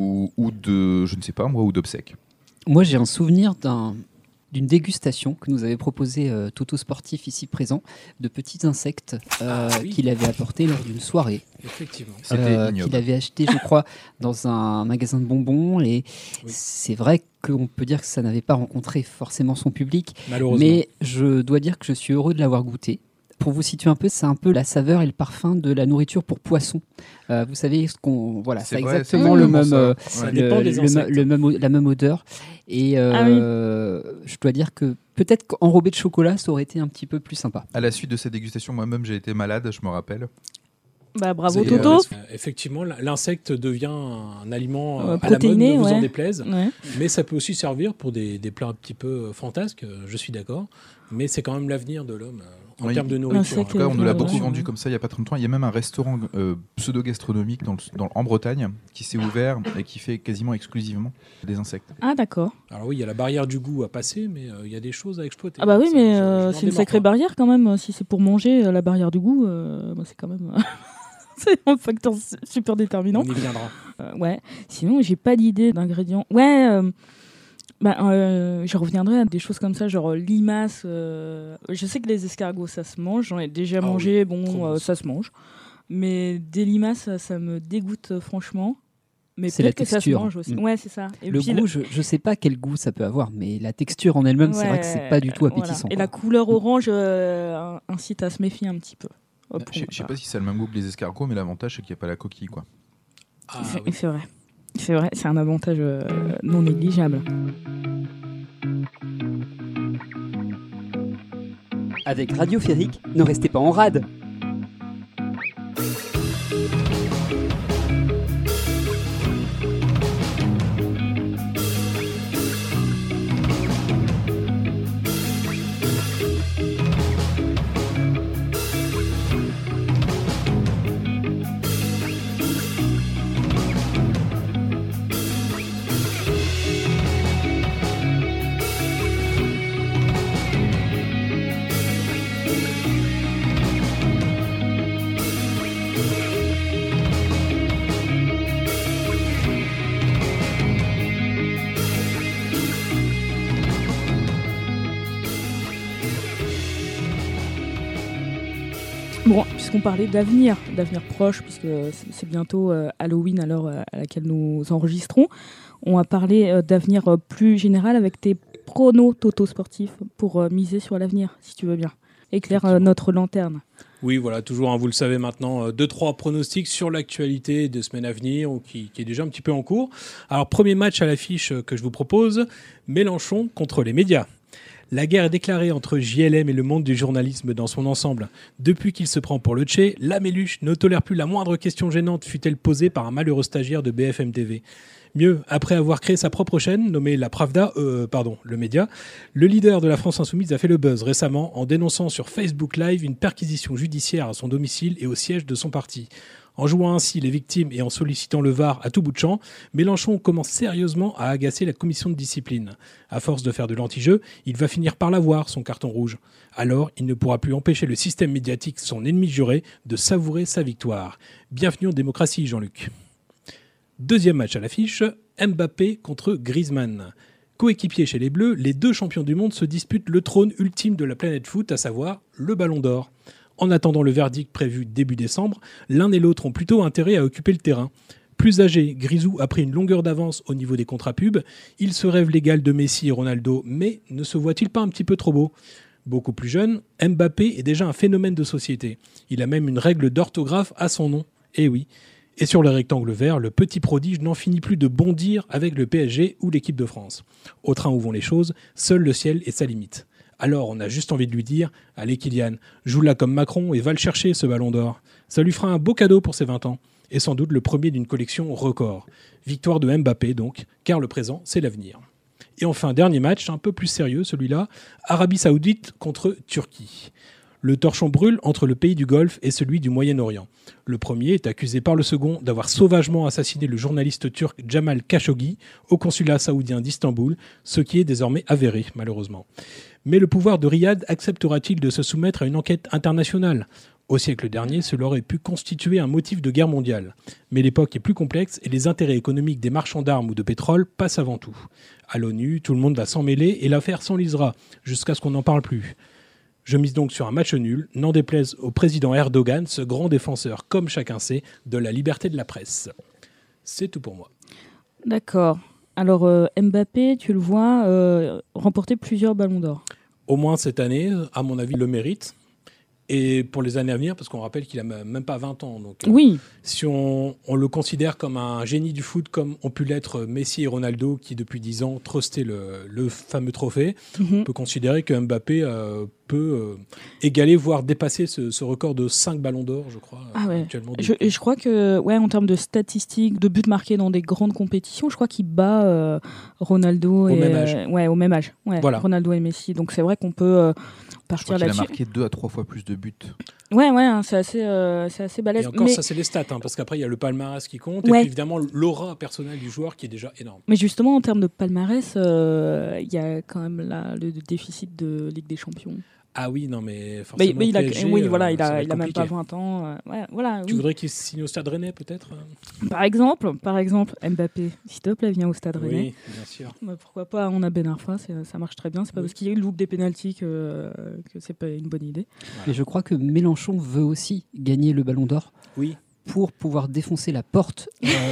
ou de, je ne sais pas moi, ou d'obsèques. Moi, j'ai un souvenir d'une dégustation que nous avait proposé Toto Sportif ici présent, de petits insectes qu'il avait apportés lors d'une soirée. Effectivement. Qu'il avait acheté, je crois, dans un magasin de bonbons. Et c'est vrai qu'on peut dire que ça n'avait pas rencontré forcément son public. Malheureusement. Mais je dois dire que je suis heureux de l'avoir goûté. Pour vous situer un peu, c'est un peu la saveur et le parfum de la nourriture pour poissons. Vous savez, c'est exactement le même, la même odeur. Et je dois dire que peut-être qu'enrobé de chocolat, ça aurait été un petit peu plus sympa. À la suite de cette dégustation, moi-même, j'ai été malade, je me rappelle. Bravo Toto. Effectivement, l'insecte devient un aliment à la mode, ne vous en déplaise. Mais ça peut aussi servir pour des plats un petit peu fantasques, je suis d'accord. Mais c'est quand même l'avenir de l'homme en termes de nourriture. En tout cas, on nous l'a beaucoup vendu comme ça il n'y a pas très longtemps. Il y a même un restaurant pseudo-gastronomique en Bretagne qui s'est ouvert et qui fait quasiment exclusivement des insectes. Ah d'accord. Alors oui, il y a la barrière du goût à passer, mais il y a des choses à exploiter. Ah bah oui, mais c'est une sacrée barrière quand même. Si c'est pour manger, la barrière du goût, c'est quand même... c'est un facteur super déterminant. On y viendra. Ouais. Sinon, j'ai pas d'idée d'ingrédients. Ouais... je reviendrai à des choses comme ça, genre limaces. Je sais que les escargots, ça se mange. J'en ai déjà mangé. Ça se mange. Mais des limaces, ça me dégoûte franchement. Mais c'est peut-être la que texture. Ça se mange aussi. Ouais, c'est ça. Et le puis goût, je sais pas quel goût ça peut avoir, mais la texture en elle-même, c'est vrai que c'est pas du tout appétissant. Voilà. Et la couleur orange incite à se méfier un petit peu. Je sais pas si ça a le même goût que les escargots, mais l'avantage, c'est qu'il n'y a pas la coquille, quoi. C'est vrai. C'est vrai, c'est un avantage non négligeable. Avec Radio Férique, ne restez pas en rade. Bon, puisqu'on parlait d'avenir proche, puisque c'est bientôt Halloween à l'heure à laquelle nous enregistrons, on va parler d'avenir plus général avec tes pronos toto sportifs pour miser sur l'avenir, si tu veux bien. Éclaire notre lanterne. Oui, voilà, toujours, vous le savez maintenant, 2-3 pronostics sur l'actualité des semaines à venir, qui est déjà un petit peu en cours. Alors, premier match à l'affiche que je vous propose, Mélenchon contre les médias. La guerre est déclarée entre JLM et le monde du journalisme dans son ensemble. Depuis qu'il se prend pour le Tché, la Méluche ne tolère plus la moindre question gênante fût-elle posée par un malheureux stagiaire de BFM TV. Mieux, après avoir créé sa propre chaîne, nommée La Pravda, le média, le leader de la France Insoumise a fait le buzz récemment en dénonçant sur Facebook Live une perquisition judiciaire à son domicile et au siège de son parti. En jouant ainsi les victimes et en sollicitant le VAR à tout bout de champ, Mélenchon commence sérieusement à agacer la commission de discipline. À force de faire de l'anti-jeu, il va finir par l'avoir, son carton rouge. Alors, il ne pourra plus empêcher le système médiatique, son ennemi juré, de savourer sa victoire. Bienvenue en démocratie, Jean-Luc. Deuxième match à l'affiche, Mbappé contre Griezmann. Coéquipiers chez les Bleus, les deux champions du monde se disputent le trône ultime de la planète foot, à savoir le Ballon d'Or. En attendant le verdict prévu début décembre, l'un et l'autre ont plutôt intérêt à occuper le terrain. Plus âgé, Grisou a pris une longueur d'avance au niveau des contrats pubs. Il se rêve l'égal de Messi et Ronaldo, mais ne se voit-il pas un petit peu trop beau ? Beaucoup plus jeune, Mbappé est déjà un phénomène de société. Il a même une règle d'orthographe à son nom. Eh oui. Et sur le rectangle vert, le petit prodige n'en finit plus de bondir avec le PSG ou l'équipe de France. Au train où vont les choses, seul le ciel est sa limite. Alors on a juste envie de lui dire « Allez Kylian, joue-la comme Macron et va le chercher ce ballon d'or. Ça lui fera un beau cadeau pour ses 20 ans. Et sans doute le premier d'une collection record. Victoire de Mbappé donc, car le présent c'est l'avenir. » Et enfin, dernier match, un peu plus sérieux celui-là, Arabie Saoudite contre Turquie. Le torchon brûle entre le pays du Golfe et celui du Moyen-Orient. Le premier est accusé par le second d'avoir sauvagement assassiné le journaliste turc Jamal Khashoggi au consulat saoudien d'Istanbul, ce qui est désormais avéré, malheureusement. Mais le pouvoir de Riyad acceptera-t-il de se soumettre à une enquête internationale ? Au siècle dernier, cela aurait pu constituer un motif de guerre mondiale. Mais l'époque est plus complexe et les intérêts économiques des marchands d'armes ou de pétrole passent avant tout. À l'ONU, tout le monde va s'en mêler et l'affaire s'enlisera, jusqu'à ce qu'on n'en parle plus. Je mise donc sur un match nul, n'en déplaise au président Erdogan, ce grand défenseur, comme chacun sait, de la liberté de la presse. C'est tout pour moi. D'accord. Alors Mbappé, tu le vois, remporter plusieurs ballons d'or. Au moins cette année, à mon avis, il le mérite. Et pour les années à venir, parce qu'on rappelle qu'il n'a même pas 20 ans. Donc, oui. Si on le considère comme un génie du foot, comme ont pu l'être Messi et Ronaldo, qui depuis 10 ans trustaient le fameux trophée, on peut considérer que Mbappé peut égaler, voire dépasser ce record de 5 ballons d'or, je crois, actuellement. Je crois que, en termes de statistiques, de buts marqués dans des grandes compétitions, je crois qu'il bat Ronaldo au même âge. Au même âge. Voilà. Ronaldo et Messi. Donc c'est vrai qu'on peut partir là-dessus. Il a marqué 2 à 3 fois plus de buts. C'est assez balèze. Et encore, ça c'est les stats, parce qu'après il y a le palmarès qui compte, et puis évidemment l'aura personnelle du joueur qui est déjà énorme. Mais justement, en termes de palmarès, il y a quand même là le déficit de Ligue des Champions. Ah oui, non mais forcément mais il a, PSG, il a même pas 20 ans. Tu voudrais qu'il signe au Stade Rennais peut-être ? Par exemple, Mbappé, s'il te plaît, viens au Stade Rennais. Oui, bien sûr. Pourquoi pas, on a Ben Arfa, ça marche très bien. C'est pas parce qu'il loupe des pénaltys que c'est pas une bonne idée. Et je crois que Mélenchon veut aussi gagner le Ballon d'Or. Oui. Pour pouvoir défoncer la porte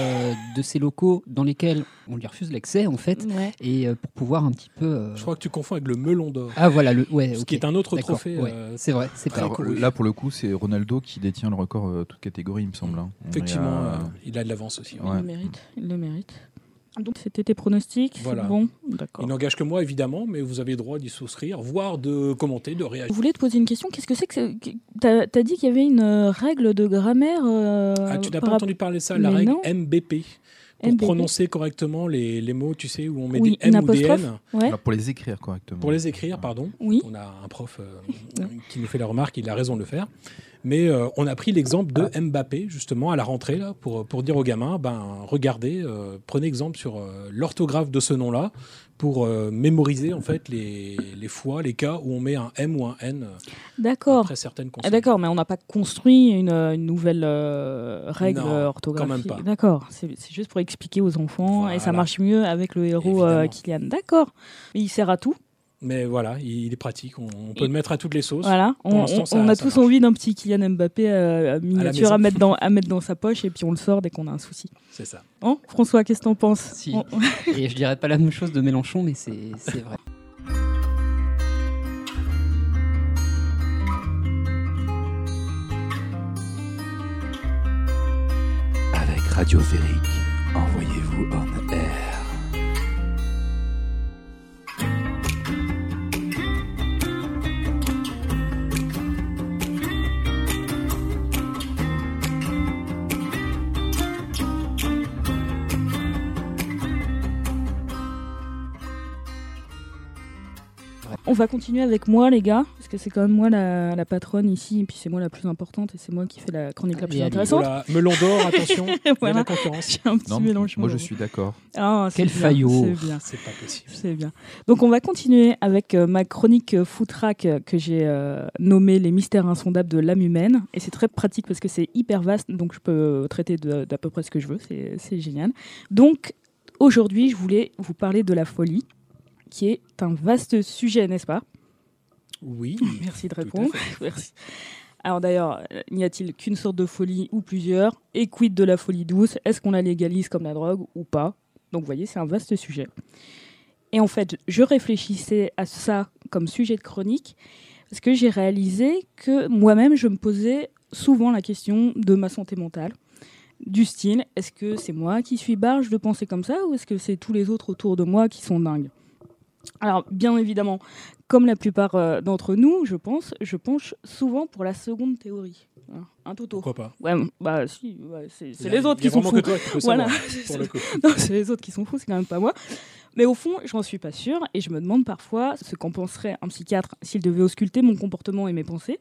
de ces locaux dans lesquels on lui refuse l'accès en fait, et pour pouvoir un petit peu. Je crois que tu confonds avec le Melon d'Or. Ah voilà, ce qui est un autre trophée. C'est vrai, c'est pas cool. Là pour le coup, c'est Ronaldo qui détient le record toute catégorie, il me semble. Effectivement, il a de l'avance aussi. Il le mérite. Donc c'était tes pronostics. Voilà. Bon, d'accord. Il n'engage que moi évidemment, mais vous avez le droit d'y souscrire, voire de commenter, de réagir. Je voulais te poser une question. Qu'est-ce que c'est que t'as dit qu'il y avait une règle de grammaire tu n'as pas entendu parler de ça, la règle MBP. Pour prononcer correctement les mots, tu sais, où on met des M ou des N. Alors pour les écrire correctement. Pour les écrire, pardon. Oui. On a un prof qui nous fait la remarque, il a raison de le faire. Mais on a pris l'exemple de Mbappé, justement, à la rentrée, là, pour dire aux gamins, regardez, prenez exemple sur l'orthographe de ce nom-là, pour mémoriser en fait les fois, les cas où on met un M ou un N après certaines consonnes. D'accord, mais on n'a pas construit une nouvelle règle orthographique. Quand même pas. D'accord, c'est juste pour expliquer aux enfants et ça marche mieux avec le héros Kylian. D'accord, mais il sert à tout. Mais voilà, il est pratique, on peut le mettre à toutes les sauces. Voilà, on a tous envie d'un petit Kylian Mbappé miniature à mettre dans sa poche et puis on le sort dès qu'on a un souci. C'est ça. François, qu'est-ce que t'en penses? Si. Et je dirais pas la même chose de Mélenchon, mais c'est vrai. Avec Radio Férique, envoyez-vous en air. On va continuer avec moi, les gars, parce que c'est quand même moi la patronne ici, et puis c'est moi la plus importante, et c'est moi qui fais la chronique la plus intéressante. Voilà, melon d'or, attention, il y a la concurrence. J'ai un petit mélange. Moi, je suis d'accord. Quel faillot. C'est bien. C'est pas possible. C'est bien. Donc, on va continuer avec ma chronique footrack que j'ai nommée Les mystères insondables de l'âme humaine. Et c'est très pratique parce que c'est hyper vaste, donc je peux traiter d'à peu près ce que je veux. C'est génial. Donc, aujourd'hui, je voulais vous parler de la folie, qui est un vaste sujet, n'est-ce pas? Oui. Merci de répondre. Merci. Alors d'ailleurs, n'y a-t-il qu'une sorte de folie ou plusieurs? Et quid de la folie douce? Est-ce qu'on la légalise comme la drogue ou pas? Donc vous voyez, c'est un vaste sujet. Et en fait, je réfléchissais à ça comme sujet de chronique parce que j'ai réalisé que moi-même, je me posais souvent la question de ma santé mentale. Du style, est-ce que c'est moi qui suis barge de penser comme ça ou est-ce que c'est tous les autres autour de moi qui sont dingues? Alors, bien évidemment, comme la plupart d'entre nous, je penche souvent pour la seconde théorie. Un toto. Pourquoi pas? Ouais, bah si, ouais, c'est les autres qui sont fous. Il y a vraiment que toi qui peux savoir, pour le coup. Non, c'est les autres qui sont fous, c'est quand même pas moi. Mais au fond, j'en suis pas sûre et je me demande parfois ce qu'en penserait un psychiatre s'il devait ausculter mon comportement et mes pensées.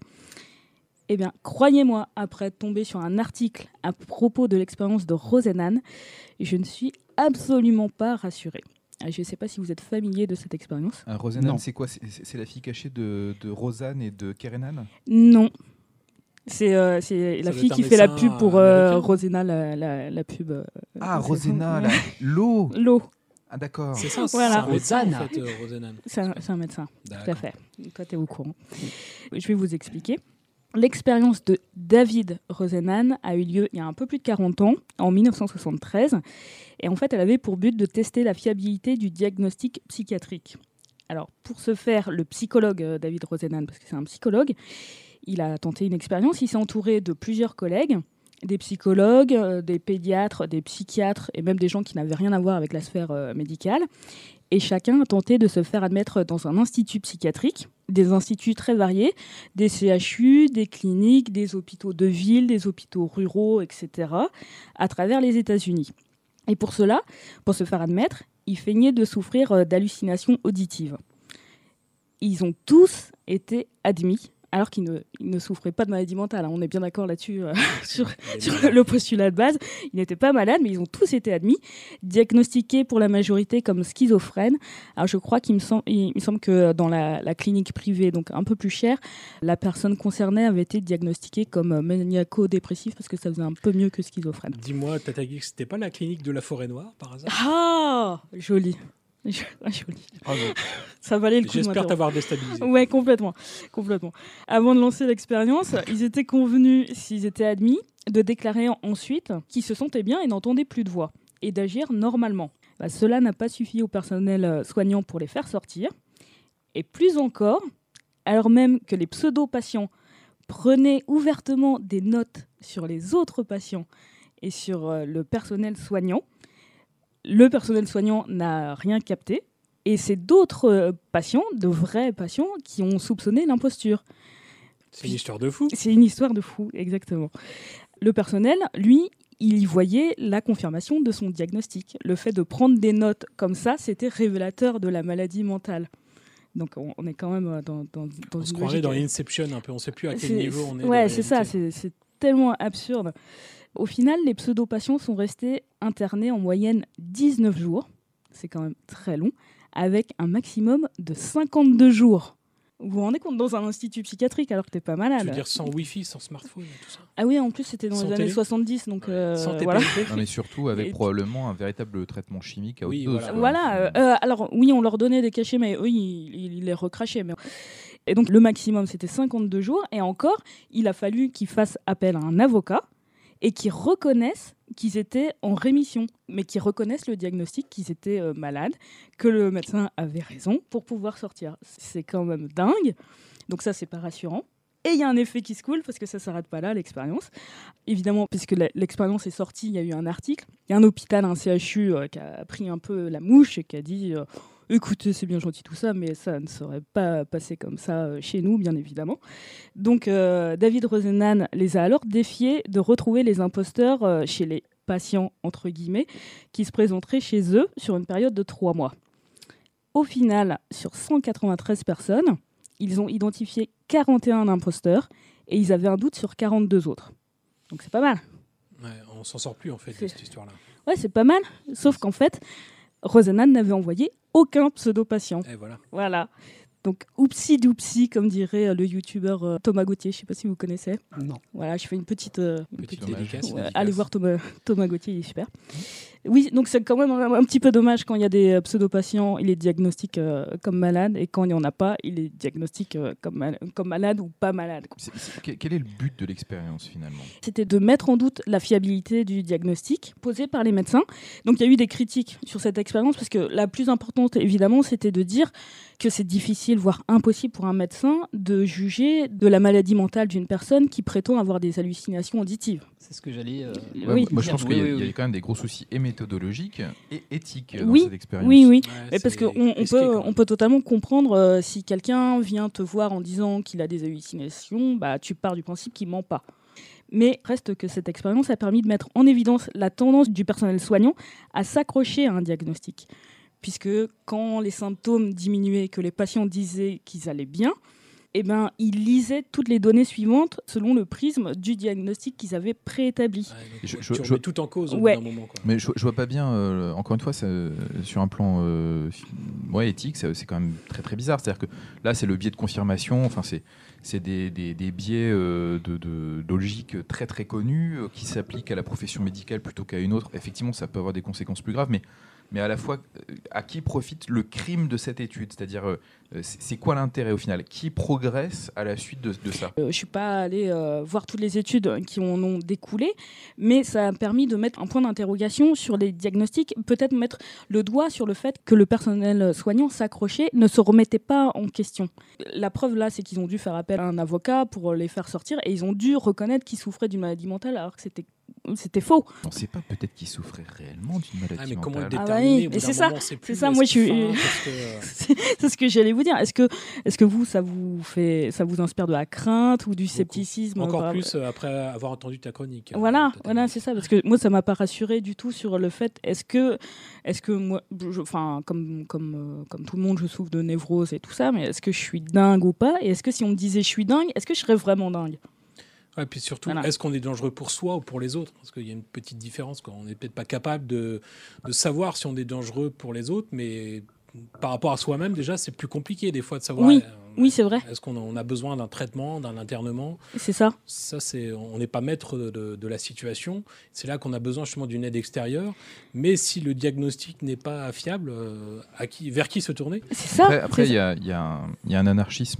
Eh bien, croyez-moi, après tomber sur un article à propos de l'expérience de Rosenhan, je ne suis absolument pas rassurée. Je ne sais pas si vous êtes familier de cette expérience. Rosenhan, c'est quoi? C'est la fille cachée de Rosanne et de Kerenan? Non. C'est la fille qui fait la pub pour Rosena, la pub. Rosena, l'eau. L'eau. Ah d'accord. C'est ça, voilà. c'est un médecin en fait, Rosenhan. C'est un médecin, D'accord. tout à fait. Toi, tu es au courant. Je vais vous expliquer. L'expérience de David Rosenhan a eu lieu il y a un peu plus de 40 ans, en 1973. Et en fait, elle avait pour but de tester la fiabilité du diagnostic psychiatrique. Alors, pour ce faire, le psychologue David Rosenhan, parce que c'est un psychologue, il a tenté une expérience. Il s'est entouré de plusieurs collègues, des psychologues, des pédiatres, des psychiatres et même des gens qui n'avaient rien à voir avec la sphère médicale. Et chacun a tenté de se faire admettre dans un institut psychiatrique, des instituts très variés, des CHU, des cliniques, des hôpitaux de ville, des hôpitaux ruraux, etc., à travers les États-Unis. Et pour cela, pour se faire admettre, ils feignaient de souffrir d'hallucinations auditives. Ils ont tous été admis, alors qu'ils ne souffraient pas de maladie mentale. On est bien d'accord là-dessus, sur le postulat de base. Ils n'étaient pas malades, mais ils ont tous été admis, diagnostiqués pour la majorité comme schizophrènes. Alors je crois qu'il me semble que dans la clinique privée, donc un peu plus chère, la personne concernée avait été diagnostiquée comme maniaco-dépressif parce que ça faisait un peu mieux que schizophrène. Dis-moi, Tata Geek, c'était pas la clinique de la Forêt-Noire, par hasard? Ah, joli. Joli. Ça valait le coup. J'espère t'avoir déstabilisé. Ouais, complètement. Avant de lancer l'expérience, ils étaient convenus, s'ils étaient admis, de déclarer ensuite qu'ils se sentaient bien et n'entendaient plus de voix et d'agir normalement. Cela n'a pas suffi au personnel soignant pour les faire sortir. Et plus encore, alors même que les pseudo-patients prenaient ouvertement des notes sur les autres patients et sur le personnel soignant, le personnel soignant n'a rien capté et c'est d'autres patients, de vrais patients, qui ont soupçonné l'imposture. C'est une histoire de fou. C'est une histoire de fou, exactement. Le personnel, lui, il y voyait la confirmation de son diagnostic. Le fait de prendre des notes comme ça, c'était révélateur de la maladie mentale. Donc on est quand même dans On se une croirait logique. dans Inception un peu, on ne sait plus à quel niveau on est. de Ouais, c'est ça, réalité. c'est tellement absurde. Au final, les pseudo-patients sont restés internés en moyenne 19 jours, c'est quand même très long, avec un maximum de 52 jours. Vous vous rendez compte, dans un institut psychiatrique alors que t'es pas malade. Tu veux dire sans Wi-Fi, sans smartphone et tout ça. Ah oui, en plus c'était dans Sans les années télé 70, donc Sans voilà. TPMP. Non, mais surtout avec Et- probablement un véritable traitement chimique à haute Oui, dose. voilà. quoi. Voilà, alors oui, on leur donnait des cachets, mais eux, ils les recrachaient. Et donc le maximum, c'était 52 jours. Et encore, il a fallu qu'ils fassent appel à un avocat et qu'ils reconnaissent qu'ils étaient en rémission, mais qu'ils reconnaissent le diagnostic qu'ils étaient malades, que le médecin avait raison pour pouvoir sortir. C'est quand même dingue. Donc ça, c'est pas rassurant. Et il y a un effet qui se coule, parce que ça ne s'arrête pas là, l'expérience. Évidemment, puisque l'expérience est sortie, il y a eu un article. Il y a un hôpital, un CHU, qui a pris un peu la mouche et qui a dit écoutez, c'est bien gentil tout ça, mais ça ne serait pas passé comme ça chez nous, bien évidemment. Donc, David Rosenan les a alors défiés de retrouver les imposteurs chez les patients, entre guillemets, qui se présenteraient chez eux sur une période de 3 mois. Au final, sur 193 personnes, ils ont identifié 41 imposteurs et ils avaient un doute sur 42 autres. Donc c'est pas mal. Ouais, on s'en sort plus en fait de cette histoire-là. Ouais, c'est pas mal. Sauf qu'en fait, Rosenan n'avait envoyé aucun pseudo-patient. Et voilà. Voilà. Donc, oupsi doupsi, comme dirait le youtubeur Thomas Gauthier. Je sais pas si vous connaissez. Non. Voilà, je fais une petite Dédicace. Ouais, allez voir Thomas Gauthier, il est super. Oui, donc c'est quand même un petit peu dommage quand il y a des pseudo-patients, il est diagnostiqué comme malade, et quand il n'y en a pas, il est diagnostiqué comme malade ou pas malade. Quel est le but de l'expérience finalement? C'était de mettre en doute la fiabilité du diagnostic posé par les médecins. Donc il y a eu des critiques sur cette expérience, parce que la plus importante, évidemment, c'était de dire que c'est difficile, voire impossible pour un médecin de juger de la maladie mentale d'une personne qui prétend avoir des hallucinations auditives. C'est ce que j'allais. Ouais, Oui. moi je pense Oui, qu'il oui, y a oui. quand même des gros soucis et méthodologiques et éthiques dans Oui, cette expérience. Oui. Ouais, Mais parce c'est qu'on risqué, quand même. peut totalement comprendre si quelqu'un vient te voir en disant qu'il a des hallucinations, bah, tu pars du principe qu'il ment pas. Mais reste que cette expérience a permis de mettre en évidence la tendance du personnel soignant à s'accrocher à un diagnostic. Puisque quand les symptômes diminuaient, que les patients disaient qu'ils allaient bien, eh ben, ils lisaient toutes les données suivantes selon le prisme du diagnostic qu'ils avaient préétabli. Ouais, donc, Je- tu je- remets tout en cause au bout Ouais. d'un moment. Quoi. Mais je vois pas bien, encore une fois, sur un plan éthique, c'est quand même très très bizarre. C'est-à-dire que là, c'est le biais de confirmation, enfin, c'est des biais de logique très très connus qui s'appliquent à la profession médicale plutôt qu'à une autre. Effectivement, ça peut avoir des conséquences plus graves, mais à la fois, à qui profite le crime de cette étude? C'est-à-dire, c'est quoi l'intérêt au final? Qui progresse à la suite de ça? Je ne suis pas allée voir toutes les études qui en ont découlé, mais ça a permis de mettre un point d'interrogation sur les diagnostics, peut-être mettre le doigt sur le fait que le personnel soignant s'accrochait, ne se remettait pas en question. La preuve là, c'est qu'ils ont dû faire appel à un avocat pour les faire sortir, et ils ont dû reconnaître qu'ils souffraient d'une maladie mentale alors que c'était faux. On ne sait pas peut-être qui souffrait réellement d'une maladie Ah, mais comment le mentale. Ah déterminer oui, au bout et d'un c'est ça, moment, on sait plus, c'est ça, est-ce moi, qu'il je suis- feint, parce que, C'est ce que j'allais vous dire. Est-ce que vous, ça vous inspire de la crainte ou du scepticisme Encore par- plus après avoir entendu ta chronique. Voilà, Peut-être. c'est ça, parce que moi, ça m'a pas rassuré du tout sur le fait, est-ce que moi, enfin, comme tout le monde, je souffre de névrose et tout ça, mais est-ce que je suis dingue ou pas? Et est-ce que si on me disait je suis dingue, est-ce que je serais vraiment dingue? Ouais, puis surtout, Voilà. est-ce qu'on est dangereux pour soi ou pour les autres? Parce qu'il y a une petite différence. Quoi. On n'est peut-être pas capable de savoir si on est dangereux pour les autres, mais par rapport à soi-même, déjà, c'est plus compliqué des fois de savoir. Oui. Oui, c'est vrai, Est-ce qu'on a besoin d'un traitement, d'un internement? c'est ça. Ça, on n'est pas maître de la situation. C'est là qu'on a besoin justement d'une aide extérieure. Mais si le diagnostic n'est pas fiable, vers qui se tourner? C'est ça. Après, c'est il ça. y a un anarchisme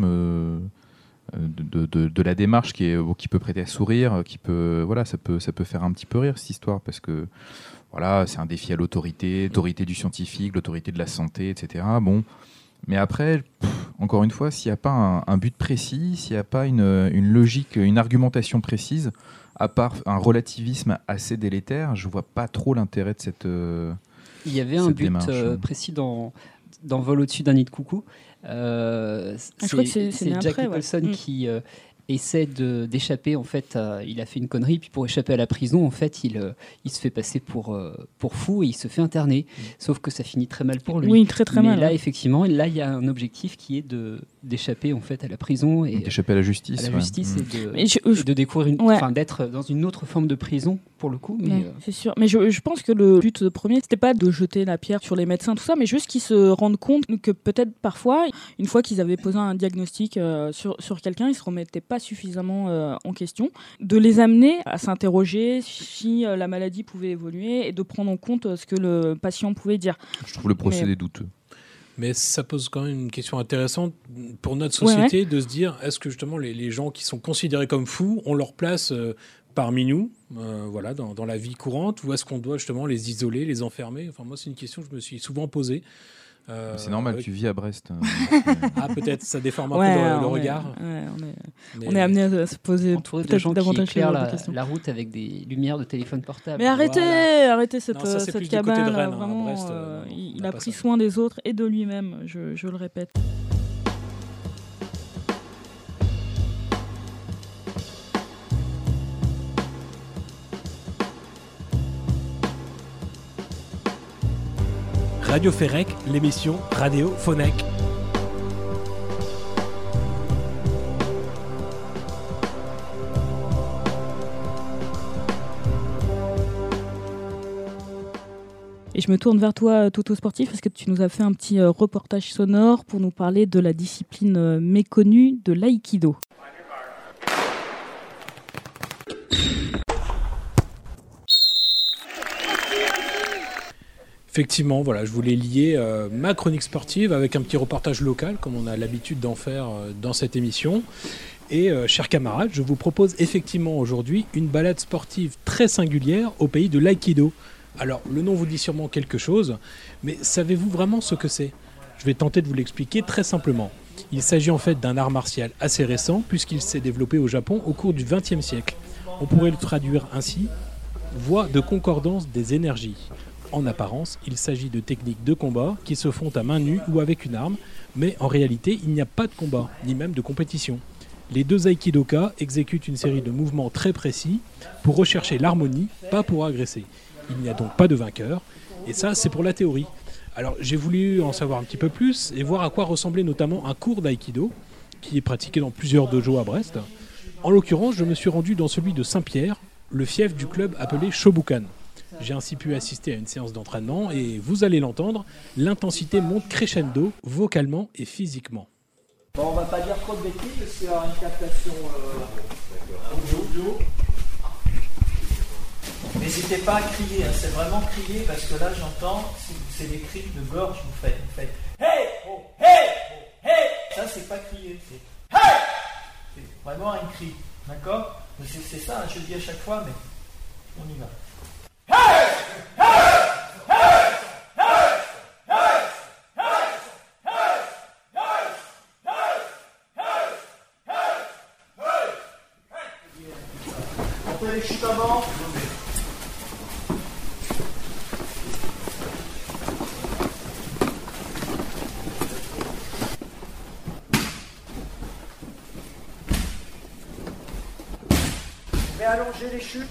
de la démarche qui peut prêter à sourire, ça peut faire un petit peu rire cette histoire, parce que voilà, c'est un défi à l'autorité du scientifique, l'autorité de la santé, etc. Bon, mais après, encore une fois, s'il n'y a pas un but précis, s'il n'y a pas une logique, une argumentation précise, à part un relativisme assez délétère, je vois pas trop l'intérêt de cette. Il y avait un cette but démarche. précis dans Vol au-dessus d'un nid de coucou. je crois que c'est né Jack après, ouais. Nicholson essaie d'échapper, en fait, il a fait une connerie, puis pour échapper à la prison, en fait, il se fait passer pour fou et il se fait interner. Sauf que ça finit très mal pour lui. Oui, très très Mais mal. là, effectivement, il y a un objectif qui est d'échapper en fait à la prison et d'échapper à la justice. et Mais de découvrir d'être dans une autre forme de prison pour le coup. Mais c'est sûr. Mais je pense que le but premier, c'était pas de jeter la pierre sur les médecins, tout ça, mais juste qu'ils se rendent compte que peut-être parfois, une fois qu'ils avaient posé un diagnostic sur quelqu'un, ils se remettaient pas suffisamment en question, de les amener à s'interroger si la maladie pouvait évoluer et de prendre en compte ce que le patient pouvait dire. Je trouve le procédé douteux. Mais ça pose quand même une question intéressante pour notre société de se dire, est-ce que justement les gens qui sont considérés comme fous ont leur place parmi nous, dans la vie courante, ou est-ce qu'on doit justement les isoler, les enfermer? Enfin, moi, c'est une question que je me suis souvent posée. C'est normal, tu vis à Brest. Peut-être, ça déforme un peu le regard. On est amené à se poser entouré de peut-être gens qui davantage éclairent de questions. la route avec des lumières de téléphone portable. Mais arrêtez cette plus du côté de cabale. Rennes, Vraiment, à Brest, il on a pas pris ça. soin des autres et de lui-même, je le répète. Radio Ferrec, l'émission Radio Phonec. Et je me tourne vers toi, Toto Sportif, parce que tu nous as fait un petit reportage sonore pour nous parler de la discipline méconnue de l'aïkido. Effectivement, je voulais lier ma chronique sportive avec un petit reportage local, comme on a l'habitude d'en faire dans cette émission. Et chers camarades, je vous propose effectivement aujourd'hui une balade sportive très singulière au pays de l'aïkido. Alors, le nom vous dit sûrement quelque chose, mais savez-vous vraiment ce que c'est? Je vais tenter de vous l'expliquer très simplement. Il s'agit en fait d'un art martial assez récent, puisqu'il s'est développé au Japon au cours du XXe siècle. On pourrait le traduire ainsi, voie de concordance des énergies. En apparence, il s'agit de techniques de combat qui se font à main nue ou avec une arme, mais en réalité, il n'y a pas de combat, ni même de compétition. Les deux aïkidoka exécutent une série de mouvements très précis pour rechercher l'harmonie, pas pour agresser. Il n'y a donc pas de vainqueur, et ça, c'est pour la théorie. Alors, j'ai voulu en savoir un petit peu plus et voir à quoi ressemblait notamment un cours d'aïkido, qui est pratiqué dans plusieurs dojos à Brest. En l'occurrence, je me suis rendu dans celui de Saint-Pierre, le fief du club appelé Shobukan. J'ai ainsi pu assister à une séance d'entraînement et vous allez l'entendre, l'intensité monte crescendo, vocalement et physiquement. Bon, on va pas dire trop de bêtises parce qu'il y aura une captation audio. N'hésitez pas à crier, c'est vraiment crier parce que là j'entends, c'est des cris de gorge, vous faites hey, oh, hey, oh, hey. Ça c'est pas crier, c'est hey. C'est vraiment un cri, d'accord? C'est ça, je le dis à chaque fois, mais on y va. Hey, hey, hey, hey, hey, hey, hey, hey, hey, hey, hey. On fait les chutes avant. Je vais allonger les chutes.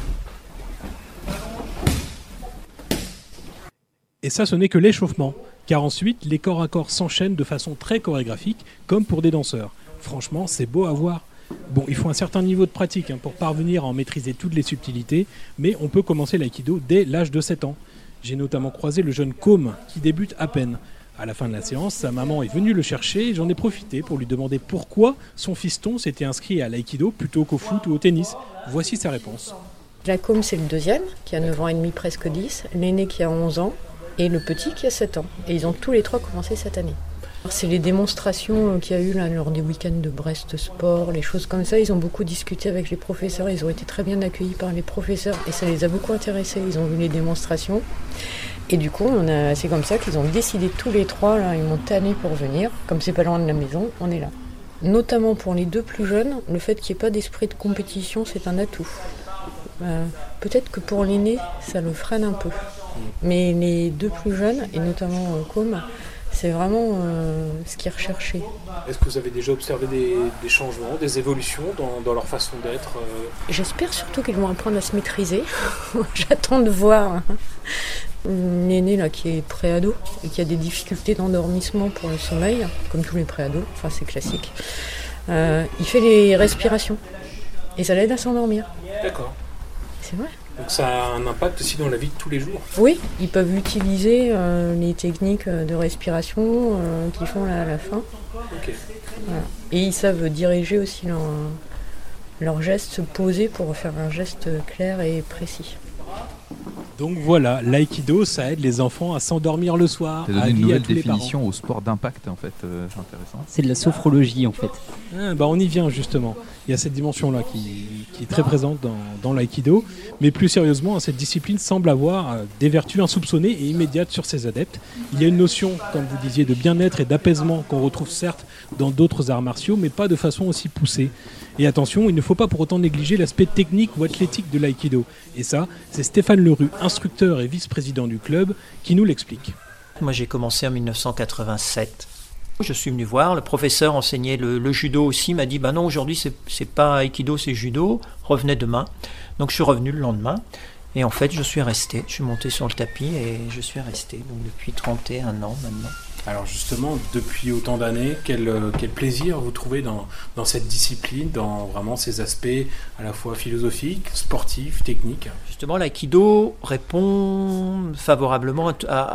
Et ça, ce n'est que l'échauffement, car ensuite, les corps à corps s'enchaînent de façon très chorégraphique, comme pour des danseurs. Franchement, c'est beau à voir. Bon, il faut un certain niveau de pratique pour parvenir à en maîtriser toutes les subtilités, mais on peut commencer l'aïkido dès l'âge de 7 ans. J'ai notamment croisé le jeune Côme, qui débute à peine. À la fin de la séance, sa maman est venue le chercher et j'en ai profité pour lui demander pourquoi son fiston s'était inscrit à l'aïkido plutôt qu'au foot ou au tennis. Voici sa réponse. La Côme, c'est le deuxième, qui a 9 ans et demi, presque 10. L'aîné qui a 11 ans. Et le petit qui a 7 ans. Et ils ont tous les trois commencé cette année. C'est les démonstrations qu'il y a eu là, lors des week-ends de Brest Sport, les choses comme ça. Ils ont beaucoup discuté avec les professeurs. Ils ont été très bien accueillis par les professeurs. Et ça les a beaucoup intéressés. Ils ont vu les démonstrations. Et du coup, c'est comme ça qu'ils ont décidé tous les trois. Là, ils m'ont tanné pour venir. Comme c'est pas loin de la maison, on est là. Notamment pour les deux plus jeunes, le fait qu'il n'y ait pas d'esprit de compétition, c'est un atout. Peut-être que pour l'aîné, ça le freine un peu. Mais les deux plus jeunes, et notamment Côme, C'est vraiment ce qui est recherché. Est-ce que vous avez déjà observé des changements, des évolutions dans leur façon d'être J'espère surtout qu'ils vont apprendre à se maîtriser. J'attends de voir l'aîné là qui est pré-ado et qui a des difficultés d'endormissement pour le sommeil, comme tous les pré-ados, enfin c'est classique. Il fait les respirations et ça l'aide à s'endormir. D'accord. C'est vrai. Donc ça a un impact aussi dans la vie de tous les jours. Oui, ils peuvent utiliser les techniques de respiration qu'ils font là à la fin. Ok. Voilà. Et ils savent diriger aussi leurs gestes, se poser pour faire un geste clair et précis. Donc voilà, l'aïkido, ça aide les enfants à s'endormir le soir. Tu as donné une nouvelle définition au sport d'impact, en fait. C'est intéressant. C'est de la sophrologie, en fait. On y vient justement. Il y a cette dimension-là qui est très présente dans l'aïkido. Mais plus sérieusement, cette discipline semble avoir des vertus insoupçonnées et immédiates sur ses adeptes. Il y a une notion, comme vous disiez, de bien-être et d'apaisement qu'on retrouve certes dans d'autres arts martiaux, mais pas de façon aussi poussée. Et attention, il ne faut pas pour autant négliger l'aspect technique ou athlétique de l'aïkido. Et ça, c'est Stéphane Lerue, instructeur et vice-président du club, qui nous l'explique. Moi, j'ai commencé en 1987. Je suis venu voir, le professeur enseignait le judo aussi, il m'a dit non, aujourd'hui c'est pas aïkido, c'est judo, revenez demain. Donc je suis revenu le lendemain et en fait je suis resté, je suis monté sur le tapis et je suis resté donc depuis 31 ans maintenant. Alors justement, depuis autant d'années, quel plaisir vous trouvez dans cette discipline, dans vraiment ces aspects à la fois philosophiques, sportifs, techniques ? Justement, l'aïkido répond favorablement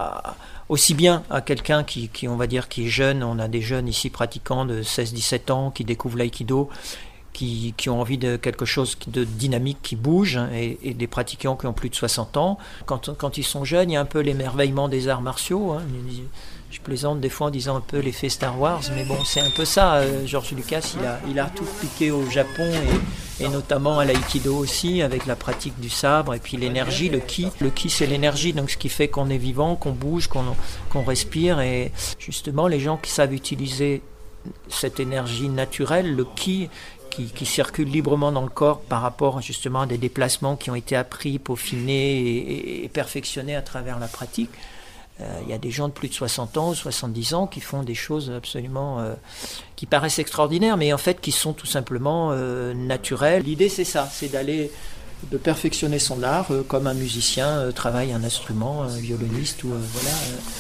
aussi bien à quelqu'un qui, on va dire, qui est jeune. On a des jeunes ici pratiquants de 16-17 ans qui découvrent l'aïkido, qui ont envie de quelque chose de dynamique, qui bouge, et des pratiquants qui ont plus de 60 ans. Quand ils sont jeunes, il y a un peu l'émerveillement des arts martiaux. Je plaisante des fois en disant un peu l'effet Star Wars, mais bon, c'est un peu ça. George Lucas, il a tout piqué au Japon et notamment à l'aïkido aussi, avec la pratique du sabre et puis l'énergie, le ki. Le ki, c'est l'énergie, donc ce qui fait qu'on est vivant, qu'on bouge, qu'on respire. Et justement, les gens qui savent utiliser cette énergie naturelle, le ki, qui circule librement dans le corps par rapport justement à des déplacements qui ont été appris, peaufinés et perfectionnés à travers la pratique. Il y a des gens de plus de 60 ans ou 70 ans qui font des choses absolument qui paraissent extraordinaires, mais en fait qui sont tout simplement naturelles. L'idée c'est ça, c'est de perfectionner son art comme un musicien travaille un instrument, un violoniste ou voilà.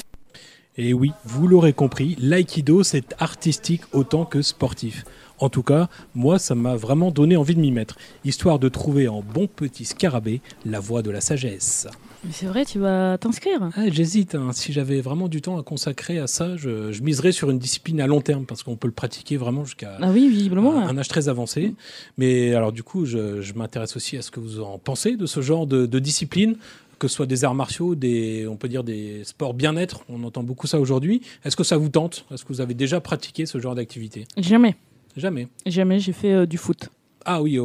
Et oui, vous l'aurez compris, l'aïkido c'est artistique autant que sportif. En tout cas, moi, ça m'a vraiment donné envie de m'y mettre, histoire de trouver en bon petit scarabée la voie de la sagesse. Mais c'est vrai, tu vas t'inscrire ? J'hésite. Si j'avais vraiment du temps à consacrer à ça, je miserais sur une discipline à long terme, parce qu'on peut le pratiquer vraiment jusqu'à visiblement, un âge très avancé. Mais alors du coup, je m'intéresse aussi à ce que vous en pensez de ce genre de discipline, que ce soit des arts martiaux, on peut dire des sports bien-être. On entend beaucoup ça aujourd'hui. Est-ce que ça vous tente ? Est-ce que vous avez déjà pratiqué ce genre d'activité ? Jamais, j'ai fait du foot. Ah oui,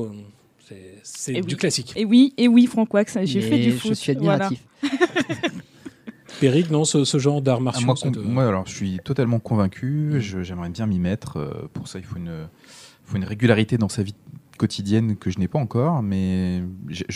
c'est du classique. Et oui, Franck Wax, j'ai fait du foot. Je suis admiratif. Voilà. Péric, non, ce genre d'arts martiaux moi, alors, je suis totalement convaincu. J'aimerais bien m'y mettre. Pour ça, il faut une régularité dans sa vie quotidienne que je n'ai pas encore. Mais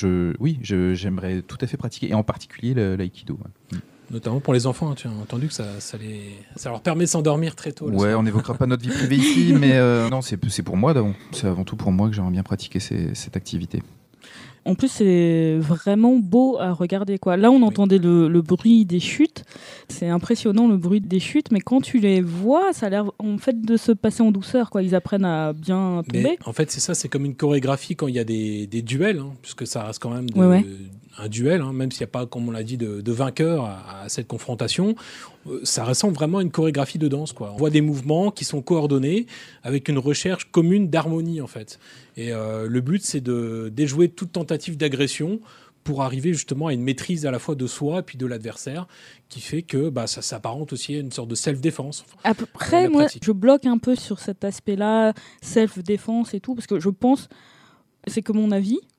j'aimerais tout à fait pratiquer, et en particulier l'aïkido. Ouais. Notamment pour les enfants, tu as entendu que ça leur permet de s'endormir très tôt. Ouais, on n'évoquera pas notre vie privée ici, mais non, c'est pour moi, c'est avant tout pour moi que j'aimerais bien pratiquer cette activité. En plus, c'est vraiment beau à regarder, quoi. Là, on entendait le bruit des chutes. C'est impressionnant, le bruit des chutes. Mais quand tu les vois, ça a l'air en fait de se passer en douceur, quoi. Ils apprennent à bien tomber. Mais en fait, c'est ça. C'est comme une chorégraphie quand il y a des duels, puisque ça reste quand même un duel, même s'il n'y a pas, comme on l'a dit, de vainqueur à cette confrontation. Ça ressemble vraiment à une chorégraphie de danse, quoi. On voit des mouvements qui sont coordonnés avec une recherche commune d'harmonie, en fait. Et le but, c'est de déjouer toute tentative d'agression pour arriver justement à une maîtrise à la fois de soi et puis de l'adversaire, qui fait que ça s'apparente aussi à une sorte de self-défense. Après, moi, je bloque un peu sur cet aspect-là, self-défense et tout, parce que je pense, c'est que mon avis,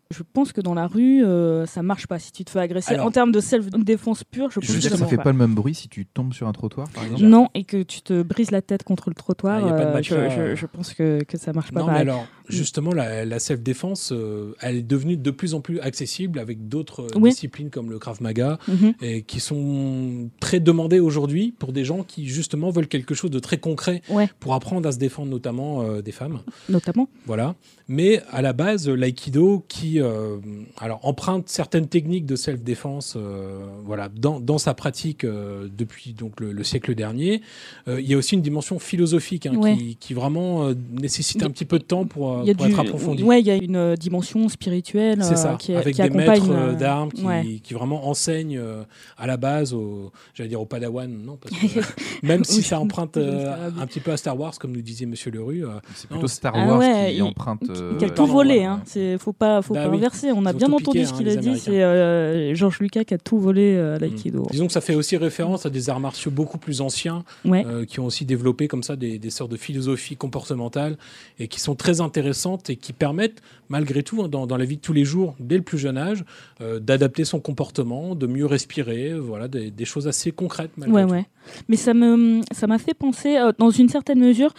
Je pense que dans la rue, ça marche pas si tu te fais agresser. Alors, en termes de self-défense pure, je pense Je veux dire que que ça non, fait pas. pas le même bruit si tu tombes sur un trottoir, par exemple. Non, et que tu te brises la tête contre le trottoir, Ah, y a pas de matelas, je pense que ça marche pas Non, mais pareil. alors, justement, la self-défense, elle est devenue de plus en plus accessible avec d'autres Oui. disciplines comme le Krav Maga, Mhm. et qui sont très demandées aujourd'hui pour des gens qui, justement, veulent quelque chose de très concret Ouais, pour apprendre à se défendre, notamment des femmes. notamment. Voilà. Mais à la base, l'aïkido qui alors emprunte certaines techniques de self-défense voilà, dans sa pratique depuis donc, le siècle dernier. Il y a aussi une dimension philosophique Ouais. qui vraiment nécessite un petit peu de temps pour Il y a être approfondie. Ouais, il y a une dimension spirituelle C'est ça, qui avec qui des accompagne. maîtres d'armes ouais. qui vraiment enseignent à la base, j'allais dire au Padawan, non, parce que même si Oui, ça emprunte ça va un petit peu à Star Wars, comme nous disait Monsieur Leroux. C'est plutôt Non, Star Ah Wars ouais, qui il- emprunte. Qui a tout pardon, volé, ouais. hein. Faut pas Bah oui. inverser. On a Ils ont bien tout entendu piqué, ce hein, qu'il a les dit. Américains. C'est George Lucas qui a tout volé à l'aïkido. Disons que ça fait aussi référence à des arts martiaux beaucoup plus anciens Ouais. qui ont aussi développé comme ça des sortes de philosophies comportementales et qui sont très intéressantes et qui permettent malgré tout dans la vie de tous les jours, dès le plus jeune âge, d'adapter son comportement, de mieux respirer, voilà, des choses assez concrètes malgré Ouais, tout. ouais. Mais ça m'a fait penser, dans une certaine mesure,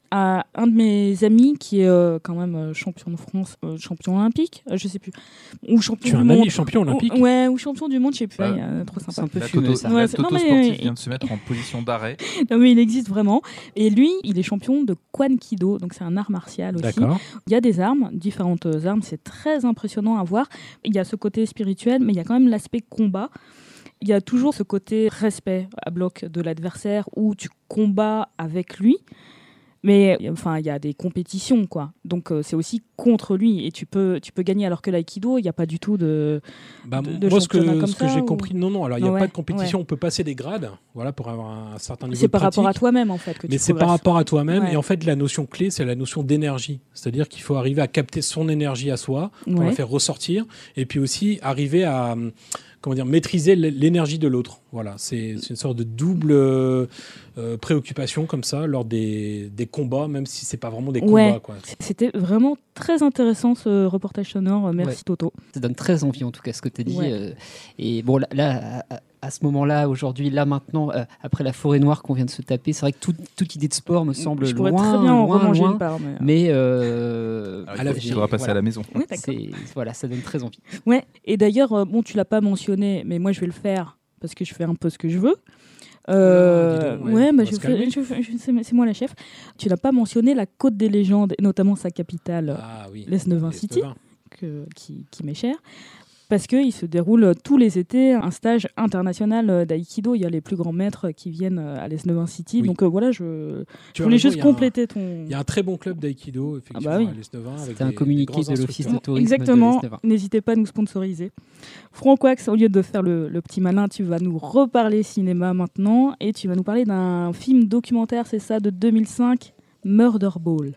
à un de mes amis qui est quand même champion de France, champion olympique, je sais plus, ou champion Tu as du un monde. ami champion olympique? Ouais, ou champion du monde, je sais plus. Ouais. Il y a trop sympa. C'est un peu La fumé, Toto, ça. Ouais, la c'est- Toto non, mais- sportive vient de se mettre en position d'arrêt. Non, mais il existe vraiment. Et lui, il est champion de Kwan Kido, donc c'est un art martial aussi. D'accord. Il y a des armes, différentes armes, c'est très impressionnant à voir. Il y a ce côté spirituel, mais il y a quand même l'aspect combat. Il y a toujours ce côté respect à bloc de l'adversaire où tu combats avec lui. Mais enfin, il y a des compétitions, quoi. Donc c'est aussi contre lui et tu peux gagner. Alors que l'aïkido, il n'y a pas du tout de Moi, ce que championnat comme ça, j'ai ou- compris, non. Alors, il n'y a Ouais, pas de compétition. ouais. On peut passer des grades, voilà, pour avoir un certain niveau c'est de par rapport à pratique. toi-même en fait que Mais tu c'est par progresses. rapport à toi-même. Ouais. Et en fait, la notion clé, c'est la notion d'énergie. C'est-à-dire qu'il faut arriver à capter son énergie à soi pour Ouais. la faire ressortir. Et puis aussi arriver à maîtriser l'énergie de l'autre. Voilà, c'est une sorte de double préoccupation comme ça lors des combats, même si c'est pas vraiment des combats. Ouais. Quoi. C'était vraiment très intéressant ce reportage sonore. Merci Ouais. Toto. Ça donne très envie, en tout cas, ce que tu as dit. Ouais. Et bon, là, à ce moment-là, aujourd'hui, là, maintenant, après la forêt noire qu'on vient de se taper, c'est vrai que toute idée de sport me semble Je pourrais loin, très bien en loin, remanger loin. une part. Mais À l'avenir. Il faudra passer à la maison. Ouais, d'accord. voilà, ça donne très envie. Ouais. Et d'ailleurs, bon, tu l'as pas mentionné, mais moi je vais le faire parce que je fais un peu ce que je veux. Dis donc, ouais, on bah, va se calmer. c'est moi la chef. Tu n'as pas mentionné la Côte des légendes, et notamment sa capitale, Ah oui. l'Esnevin Les City, Snevins. qui m'est chère. Parce qu'il se déroule tous les étés un stage international d'aïkido. Il y a les plus grands maîtres qui viennent à l'Esnevin City. Oui. Donc voilà, je Tu as voulais raison, juste compléter ton. Il y a un très bon club d'aïkido, effectivement, Ah bah oui. à l'Esnevin. avec C'était un des communiqué grands de l'Office instructeurs. de tourisme Exactement. de l'Esnevin. N'hésitez pas à nous sponsoriser. Franck Wax, au lieu de faire le petit malin, tu vas nous reparler cinéma maintenant et tu vas nous parler d'un film documentaire, c'est ça, de 2005, Murder Ball.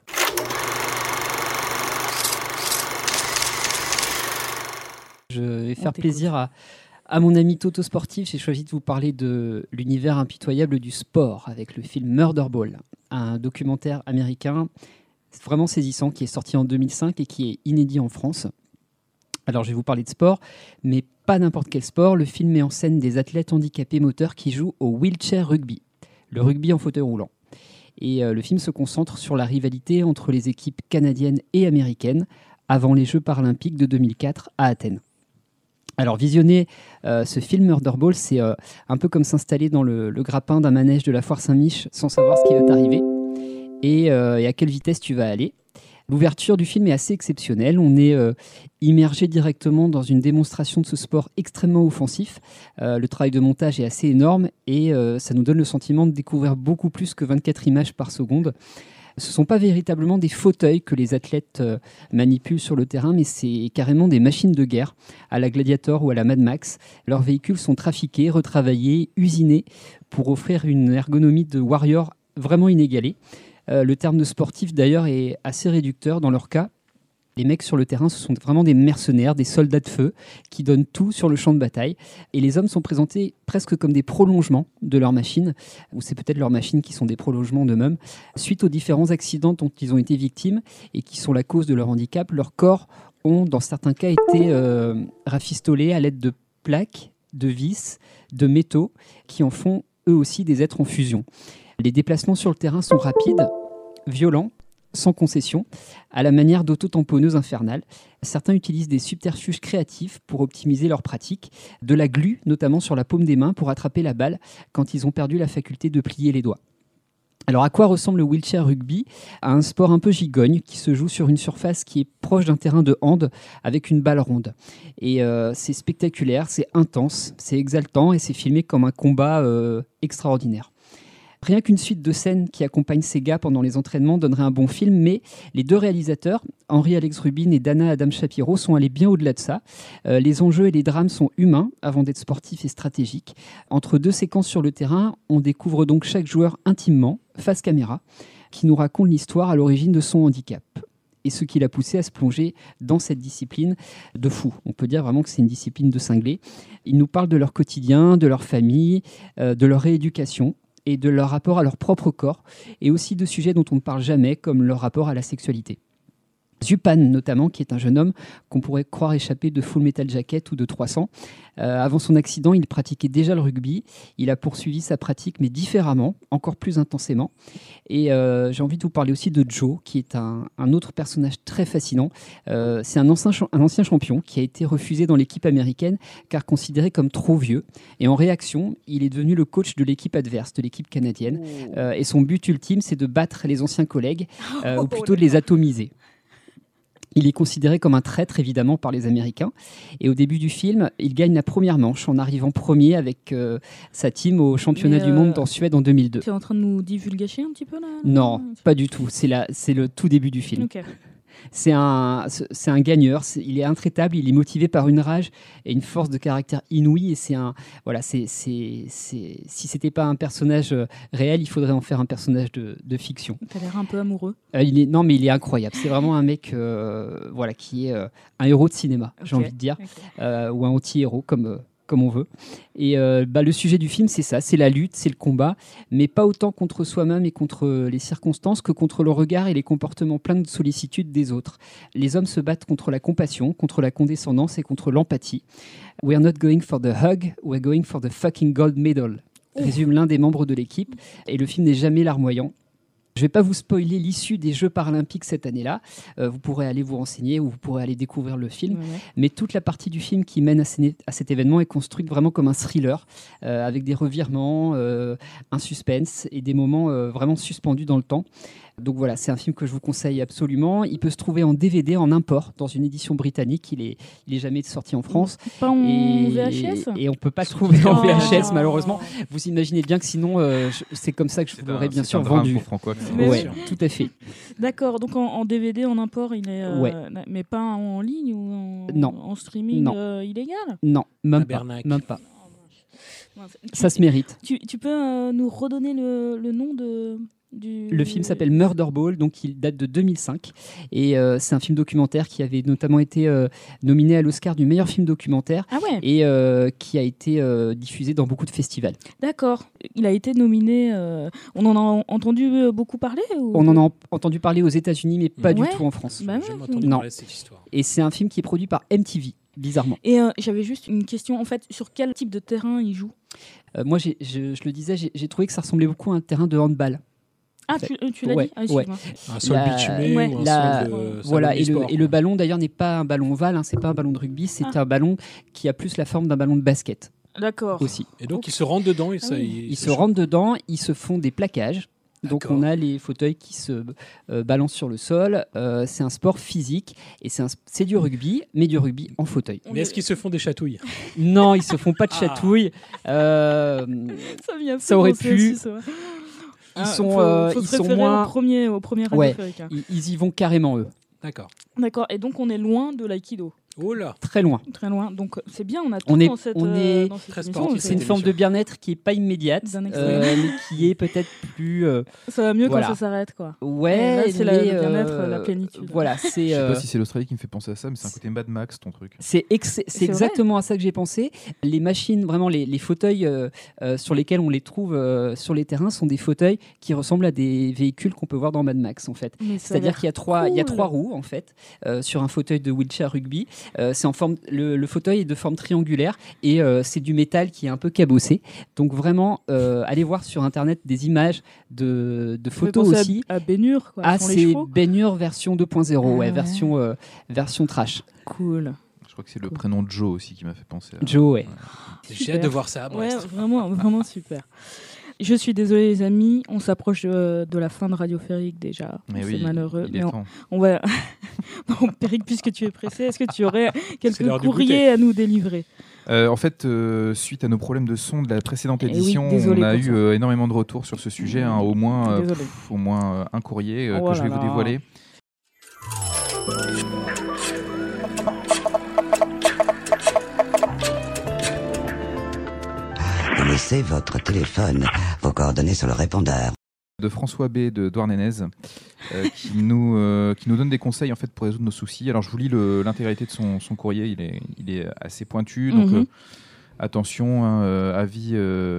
Je vais On faire t'écoute. plaisir à mon ami Toto Sportif. J'ai choisi de vous parler de l'univers impitoyable du sport avec le film Murder Ball, un documentaire américain vraiment saisissant qui est sorti en 2005 et qui est inédit en France. Alors je vais vous parler de sport, mais pas n'importe quel sport. Le film met en scène des athlètes handicapés moteurs qui jouent au wheelchair rugby, le rugby en fauteuil roulant. Et le film se concentre sur la rivalité entre les équipes canadiennes et américaines avant les Jeux paralympiques de 2004 à Athènes. Alors visionner ce film Murder Ball, c'est un peu comme s'installer dans le grappin d'un manège de la foire Saint-Mich sans savoir ce qui va t'arriver et à quelle vitesse tu vas aller. L'ouverture du film est assez exceptionnelle. On est immergé directement dans une démonstration de ce sport extrêmement offensif. Le travail de montage est assez énorme et ça nous donne le sentiment de découvrir beaucoup plus que 24 images par seconde. Ce ne sont pas véritablement des fauteuils que les athlètes manipulent sur le terrain, mais c'est carrément des machines de guerre, à la Gladiator ou à la Mad Max. Leurs véhicules sont trafiqués, retravaillés, usinés, pour offrir une ergonomie de warrior vraiment inégalée. Le terme de sportif, d'ailleurs, est assez réducteur dans leur cas. Les mecs sur le terrain, ce sont vraiment des mercenaires, des soldats de feu qui donnent tout sur le champ de bataille. Et les hommes sont présentés presque comme des prolongements de leurs machines, ou c'est peut-être leurs machines qui sont des prolongements d'eux-mêmes. Suite aux différents accidents dont ils ont été victimes et qui sont la cause de leur handicap, leurs corps ont, dans certains cas, été rafistolés à l'aide de plaques, de vis, de métaux, qui en font eux aussi des êtres en fusion. Les déplacements sur le terrain sont rapides, violents, sans concession, à la manière d'auto-tamponneuses infernales. Certains utilisent des subterfuges créatifs pour optimiser leur pratique, de la glu notamment sur la paume des mains pour attraper la balle quand ils ont perdu la faculté de plier les doigts. Alors à quoi ressemble le wheelchair rugby ? À un sport un peu gigogne qui se joue sur une surface qui est proche d'un terrain de hand avec une balle ronde. Et c'est spectaculaire, c'est intense, c'est exaltant et c'est filmé comme un combat extraordinaire. Rien qu'une suite de scènes qui accompagnent ces gars pendant les entraînements donnerait un bon film, mais les deux réalisateurs, Henri-Alex Rubin et Dana Adam Shapiro, sont allés bien au-delà de ça. Les enjeux et les drames sont humains avant d'être sportifs et stratégiques. Entre deux séquences sur le terrain, on découvre donc chaque joueur intimement, face caméra, qui nous raconte l'histoire à l'origine de son handicap et ce qui l'a poussé à se plonger dans cette discipline de fou. On peut dire vraiment que c'est une discipline de cinglés. Ils nous parlent de leur quotidien, de leur famille, de leur rééducation, et de leur rapport à leur propre corps, et aussi de sujets dont on ne parle jamais, comme leur rapport à la sexualité. Zupan, notamment, qui est un jeune homme qu'on pourrait croire échappé de Full Metal Jacket ou de 300. Avant son accident, il pratiquait déjà le rugby. Il a poursuivi sa pratique, mais différemment, encore plus intensément. Et j'ai envie de vous parler aussi de Joe, qui est un autre personnage très fascinant. C'est un ancien champion qui a été refusé dans l'équipe américaine, car considéré comme trop vieux. Et en réaction, il est devenu le coach de l'équipe adverse, de l'équipe canadienne. Et son but ultime, c'est de battre les anciens collègues, ou plutôt de les atomiser. Il est considéré comme un traître, évidemment, par les Américains. Et au début du film, il gagne la première manche en arrivant premier avec sa team au championnat du monde en Suède en 2002. Tu es en train de nous divulgacher un petit peu là ? Non, pas du tout. C'est le tout début du film. Okay. C'est un gagneur, il est intraitable, il est motivé par une rage et une force de caractère inouïe. Et si c'était pas un personnage réel, il faudrait en faire un personnage de fiction. Tu as l'air un peu amoureux. Non, mais il est incroyable. C'est vraiment un mec qui est un héros de cinéma, j'ai envie de dire, ou un anti-héros comme on veut. Et le sujet du film, c'est ça, c'est la lutte, c'est le combat, mais pas autant contre soi-même et contre les circonstances que contre le regard et les comportements pleins de sollicitude des autres. Les hommes se battent contre la compassion, contre la condescendance et contre l'empathie. We're not going for the hug, we're going for the fucking gold medal, résume l'un des membres de l'équipe, et le film n'est jamais larmoyant. Je ne vais pas vous spoiler l'issue des Jeux paralympiques cette année-là. Vous pourrez aller vous renseigner ou vous pourrez aller découvrir le film. Mais toute la partie du film qui mène à cet événement est construite vraiment comme un thriller, avec des revirements, un suspense et des moments vraiment suspendus dans le temps. Donc voilà, c'est un film que je vous conseille absolument. Il peut se trouver en DVD, en import, dans une édition britannique. Il est jamais sorti en France. Pas en VHS ? Et on ne peut pas le trouver en VHS, malheureusement. Vous imaginez bien que sinon, c'est comme ça que je vous l'aurais bien sûr vendu. Oui, tout à fait. D'accord, donc en DVD, en import, il est, mais pas en ligne ou en streaming illégal ? Non, même pas. Ça se mérite. Tu peux nous redonner le nom Le film s'appelle Murderball, donc il date de 2005 et c'est un film documentaire qui avait notamment été nominé à l'Oscar du meilleur film documentaire et qui a été diffusé dans beaucoup de festivals. D'accord, il a été nominé, on en a entendu beaucoup parler ou... On en a entendu parler aux États-Unis mais pas du tout en France. J'ai jamais entendu parler de cette histoire. Et c'est un film qui est produit par MTV. Bizarrement. Et j'avais juste une question, en fait, sur quel type de terrain il joue ? Moi, je le disais, j'ai trouvé que ça ressemblait beaucoup à un terrain de handball. Ah, tu l'as dit ? Un sol bitumé ou un sol de et le ballon, d'ailleurs, n'est pas un ballon ovale, c'est pas un ballon de rugby, c'est un ballon qui a plus la forme d'un ballon de basket. D'accord. Aussi. Et donc, ils se rentrent dedans et ils se rentrent dedans, ils se font des plaquages. Donc on a les fauteuils qui se balancent sur le sol. C'est un sport physique et c'est du rugby, mais du rugby en fauteuil. Mais est-ce qu'ils se font des chatouilles ? Non, ils se font pas de chatouilles. Ça aurait pu. Ils sont moins au premier Radio Férique. Ils y vont carrément eux. D'accord. Et donc on est loin de l'aïkido. Oh là. Très loin. Très loin. Donc c'est bien, on a tout On est- dans cette, on est dans cette très émission. sportif. C'est une forme de bien-être qui est pas immédiate, D'un extrême. mais qui est peut-être plus. Ça va mieux Voilà. quand ça s'arrête, quoi. Ouais, Là, c'est mais, le bien-être, la plénitude. Voilà, c'est. Je sais pas si c'est l'Australie qui me fait penser à ça, mais c'est un côté Mad Max, ton truc. C'est C'est exactement à ça que j'ai pensé. Les machines, vraiment les fauteuils sur lesquels on les trouve sur les terrains sont des fauteuils qui ressemblent à des véhicules qu'on peut voir dans Mad Max en fait. Mais ça a C'est-à-dire l'air qu'il y a trois cool. roues en fait sur un fauteuil de wheelchair rugby. C'est en forme, le fauteuil est de forme triangulaire et c'est du métal qui est un peu cabossé. Donc vraiment, allez voir sur internet des images de Ça fait photos penser aussi. à Ben-Hur, quoi. Ah, Sont les c'est chevaux. Ben-Hur version 2.0, Ah ouais. version trash. Cool. Je crois que c'est le prénom de Joe aussi qui m'a fait penser à... Joe, ouais. J'ai hâte de voir ça à Ouais, Brest. vraiment super. Je suis désolée les amis, on s'approche de la fin de Radio Férique déjà. Mais C'est oui, malheureux. il est Mais temps. on va. Non, Péric, puisque tu es pressé, est-ce que tu aurais quelques l'heure du courriers à nous délivrer? En fait, suite à nos problèmes de son de la précédente Eh oui, édition, désolé on a pour eu ça. énormément de retours sur ce sujet. Hein, au moins, un courrier Oh que je là vais vous là. dévoiler. Laissez votre téléphone, vos coordonnées sur le répondeur. De François B de Douarnenez qui nous donne des conseils en fait pour résoudre nos soucis. Alors je vous lis l'intégralité de son courrier, il est assez pointu, donc attention, hein, avis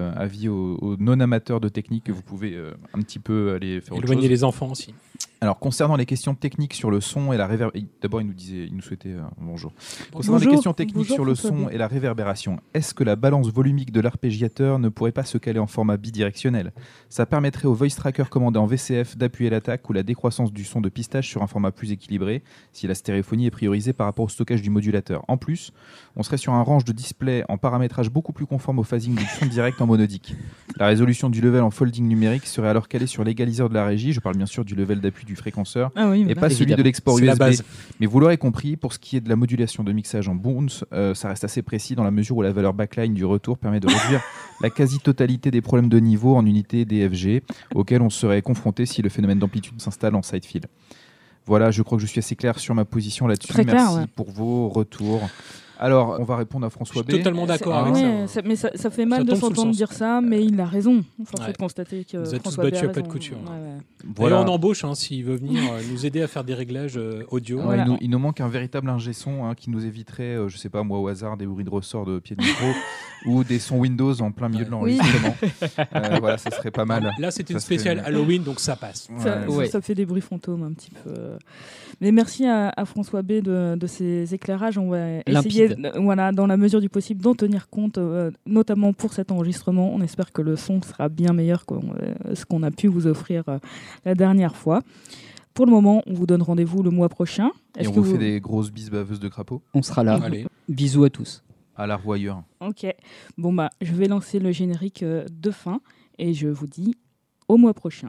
aux non-amateurs de technique que vous pouvez un petit peu aller faire autre Éloigner chose. les enfants aussi. Alors concernant les questions techniques sur le son et la réverbération, d'abord il nous souhaitait bonjour. Concernant Bonjour. les questions techniques Bonjour, sur le François son B. et la réverbération, est-ce que la balance volumique de l'arpégiateur ne pourrait pas se caler en format bidirectionnel? Ça permettrait au voice tracker commandé en VCF d'appuyer l'attaque ou la décroissance du son de pistage sur un format plus équilibré si la stéréophonie est priorisée par rapport au stockage du modulateur. En plus, on serait sur un range de display en paramétrage beaucoup plus conforme au phasing du son direct en monodique. La résolution du level en folding numérique serait alors calée sur l'égaliseur de la régie, je parle bien sûr du level d'appui du fréquenceur, Ah oui, et voilà. pas celui de l'export C'est la USB. base. Mais vous l'aurez compris, pour ce qui est de la modulation de mixage en bounce, ça reste assez précis dans la mesure où la valeur backline du retour permet de réduire la quasi-totalité des problèmes de niveau en unités DFG auxquels on serait confronté si le phénomène d'amplitude s'installe en sidefield. Voilà, je crois que je suis assez clair sur ma position là-dessus. Très clair, Merci ouais. pour vos retours. Alors, on va répondre à François Je suis B. totalement d'accord Ah avec ouais, ça. mais ça fait mal Ça de tombe sous le s'entendre sens. dire ça, mais il a raison. Force est Ouais. de constater que Vous êtes tous François B a battus à pas de raison. couture. Ouais, ouais. Voilà. D'ailleurs, on embauche s'il veut venir nous aider à faire des réglages audio. Ouais, Voilà. il nous manque un véritable ingé son qui nous éviterait, je sais pas moi au hasard, des bruits de ressort de pied de micro ou des sons Windows en plein milieu de l'enregistrement. Voilà, ça serait pas mal. Là, c'était Ça une spéciale serait- Halloween, donc ça passe. Ça fait des bruits fantômes un petit peu. Mais merci à François B de ses éclairages. On va essayer, voilà, dans la mesure du possible, d'en tenir compte, notamment pour cet enregistrement. On espère que le son sera bien meilleur que ce qu'on a pu vous offrir la dernière fois. Pour le moment, on vous donne rendez-vous le mois prochain. Et on vous fait des grosses bises baveuses de crapaud. On sera là. Allez. Bisous à tous. À la revoyure. Ok. Bon, bah, je vais lancer le générique de fin et je vous dis au mois prochain.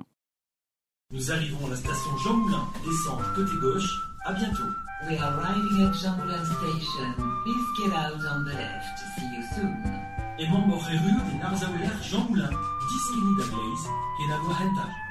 Nous arrivons à la station Jean Moulin. Descente côté gauche. À bientôt. We are arriving at Jean Moulin Station. Please get out on the left. See you soon. Emang Moreru de Narzauler Jean Moulin. Diskini da Blaze. Kenagua Henta.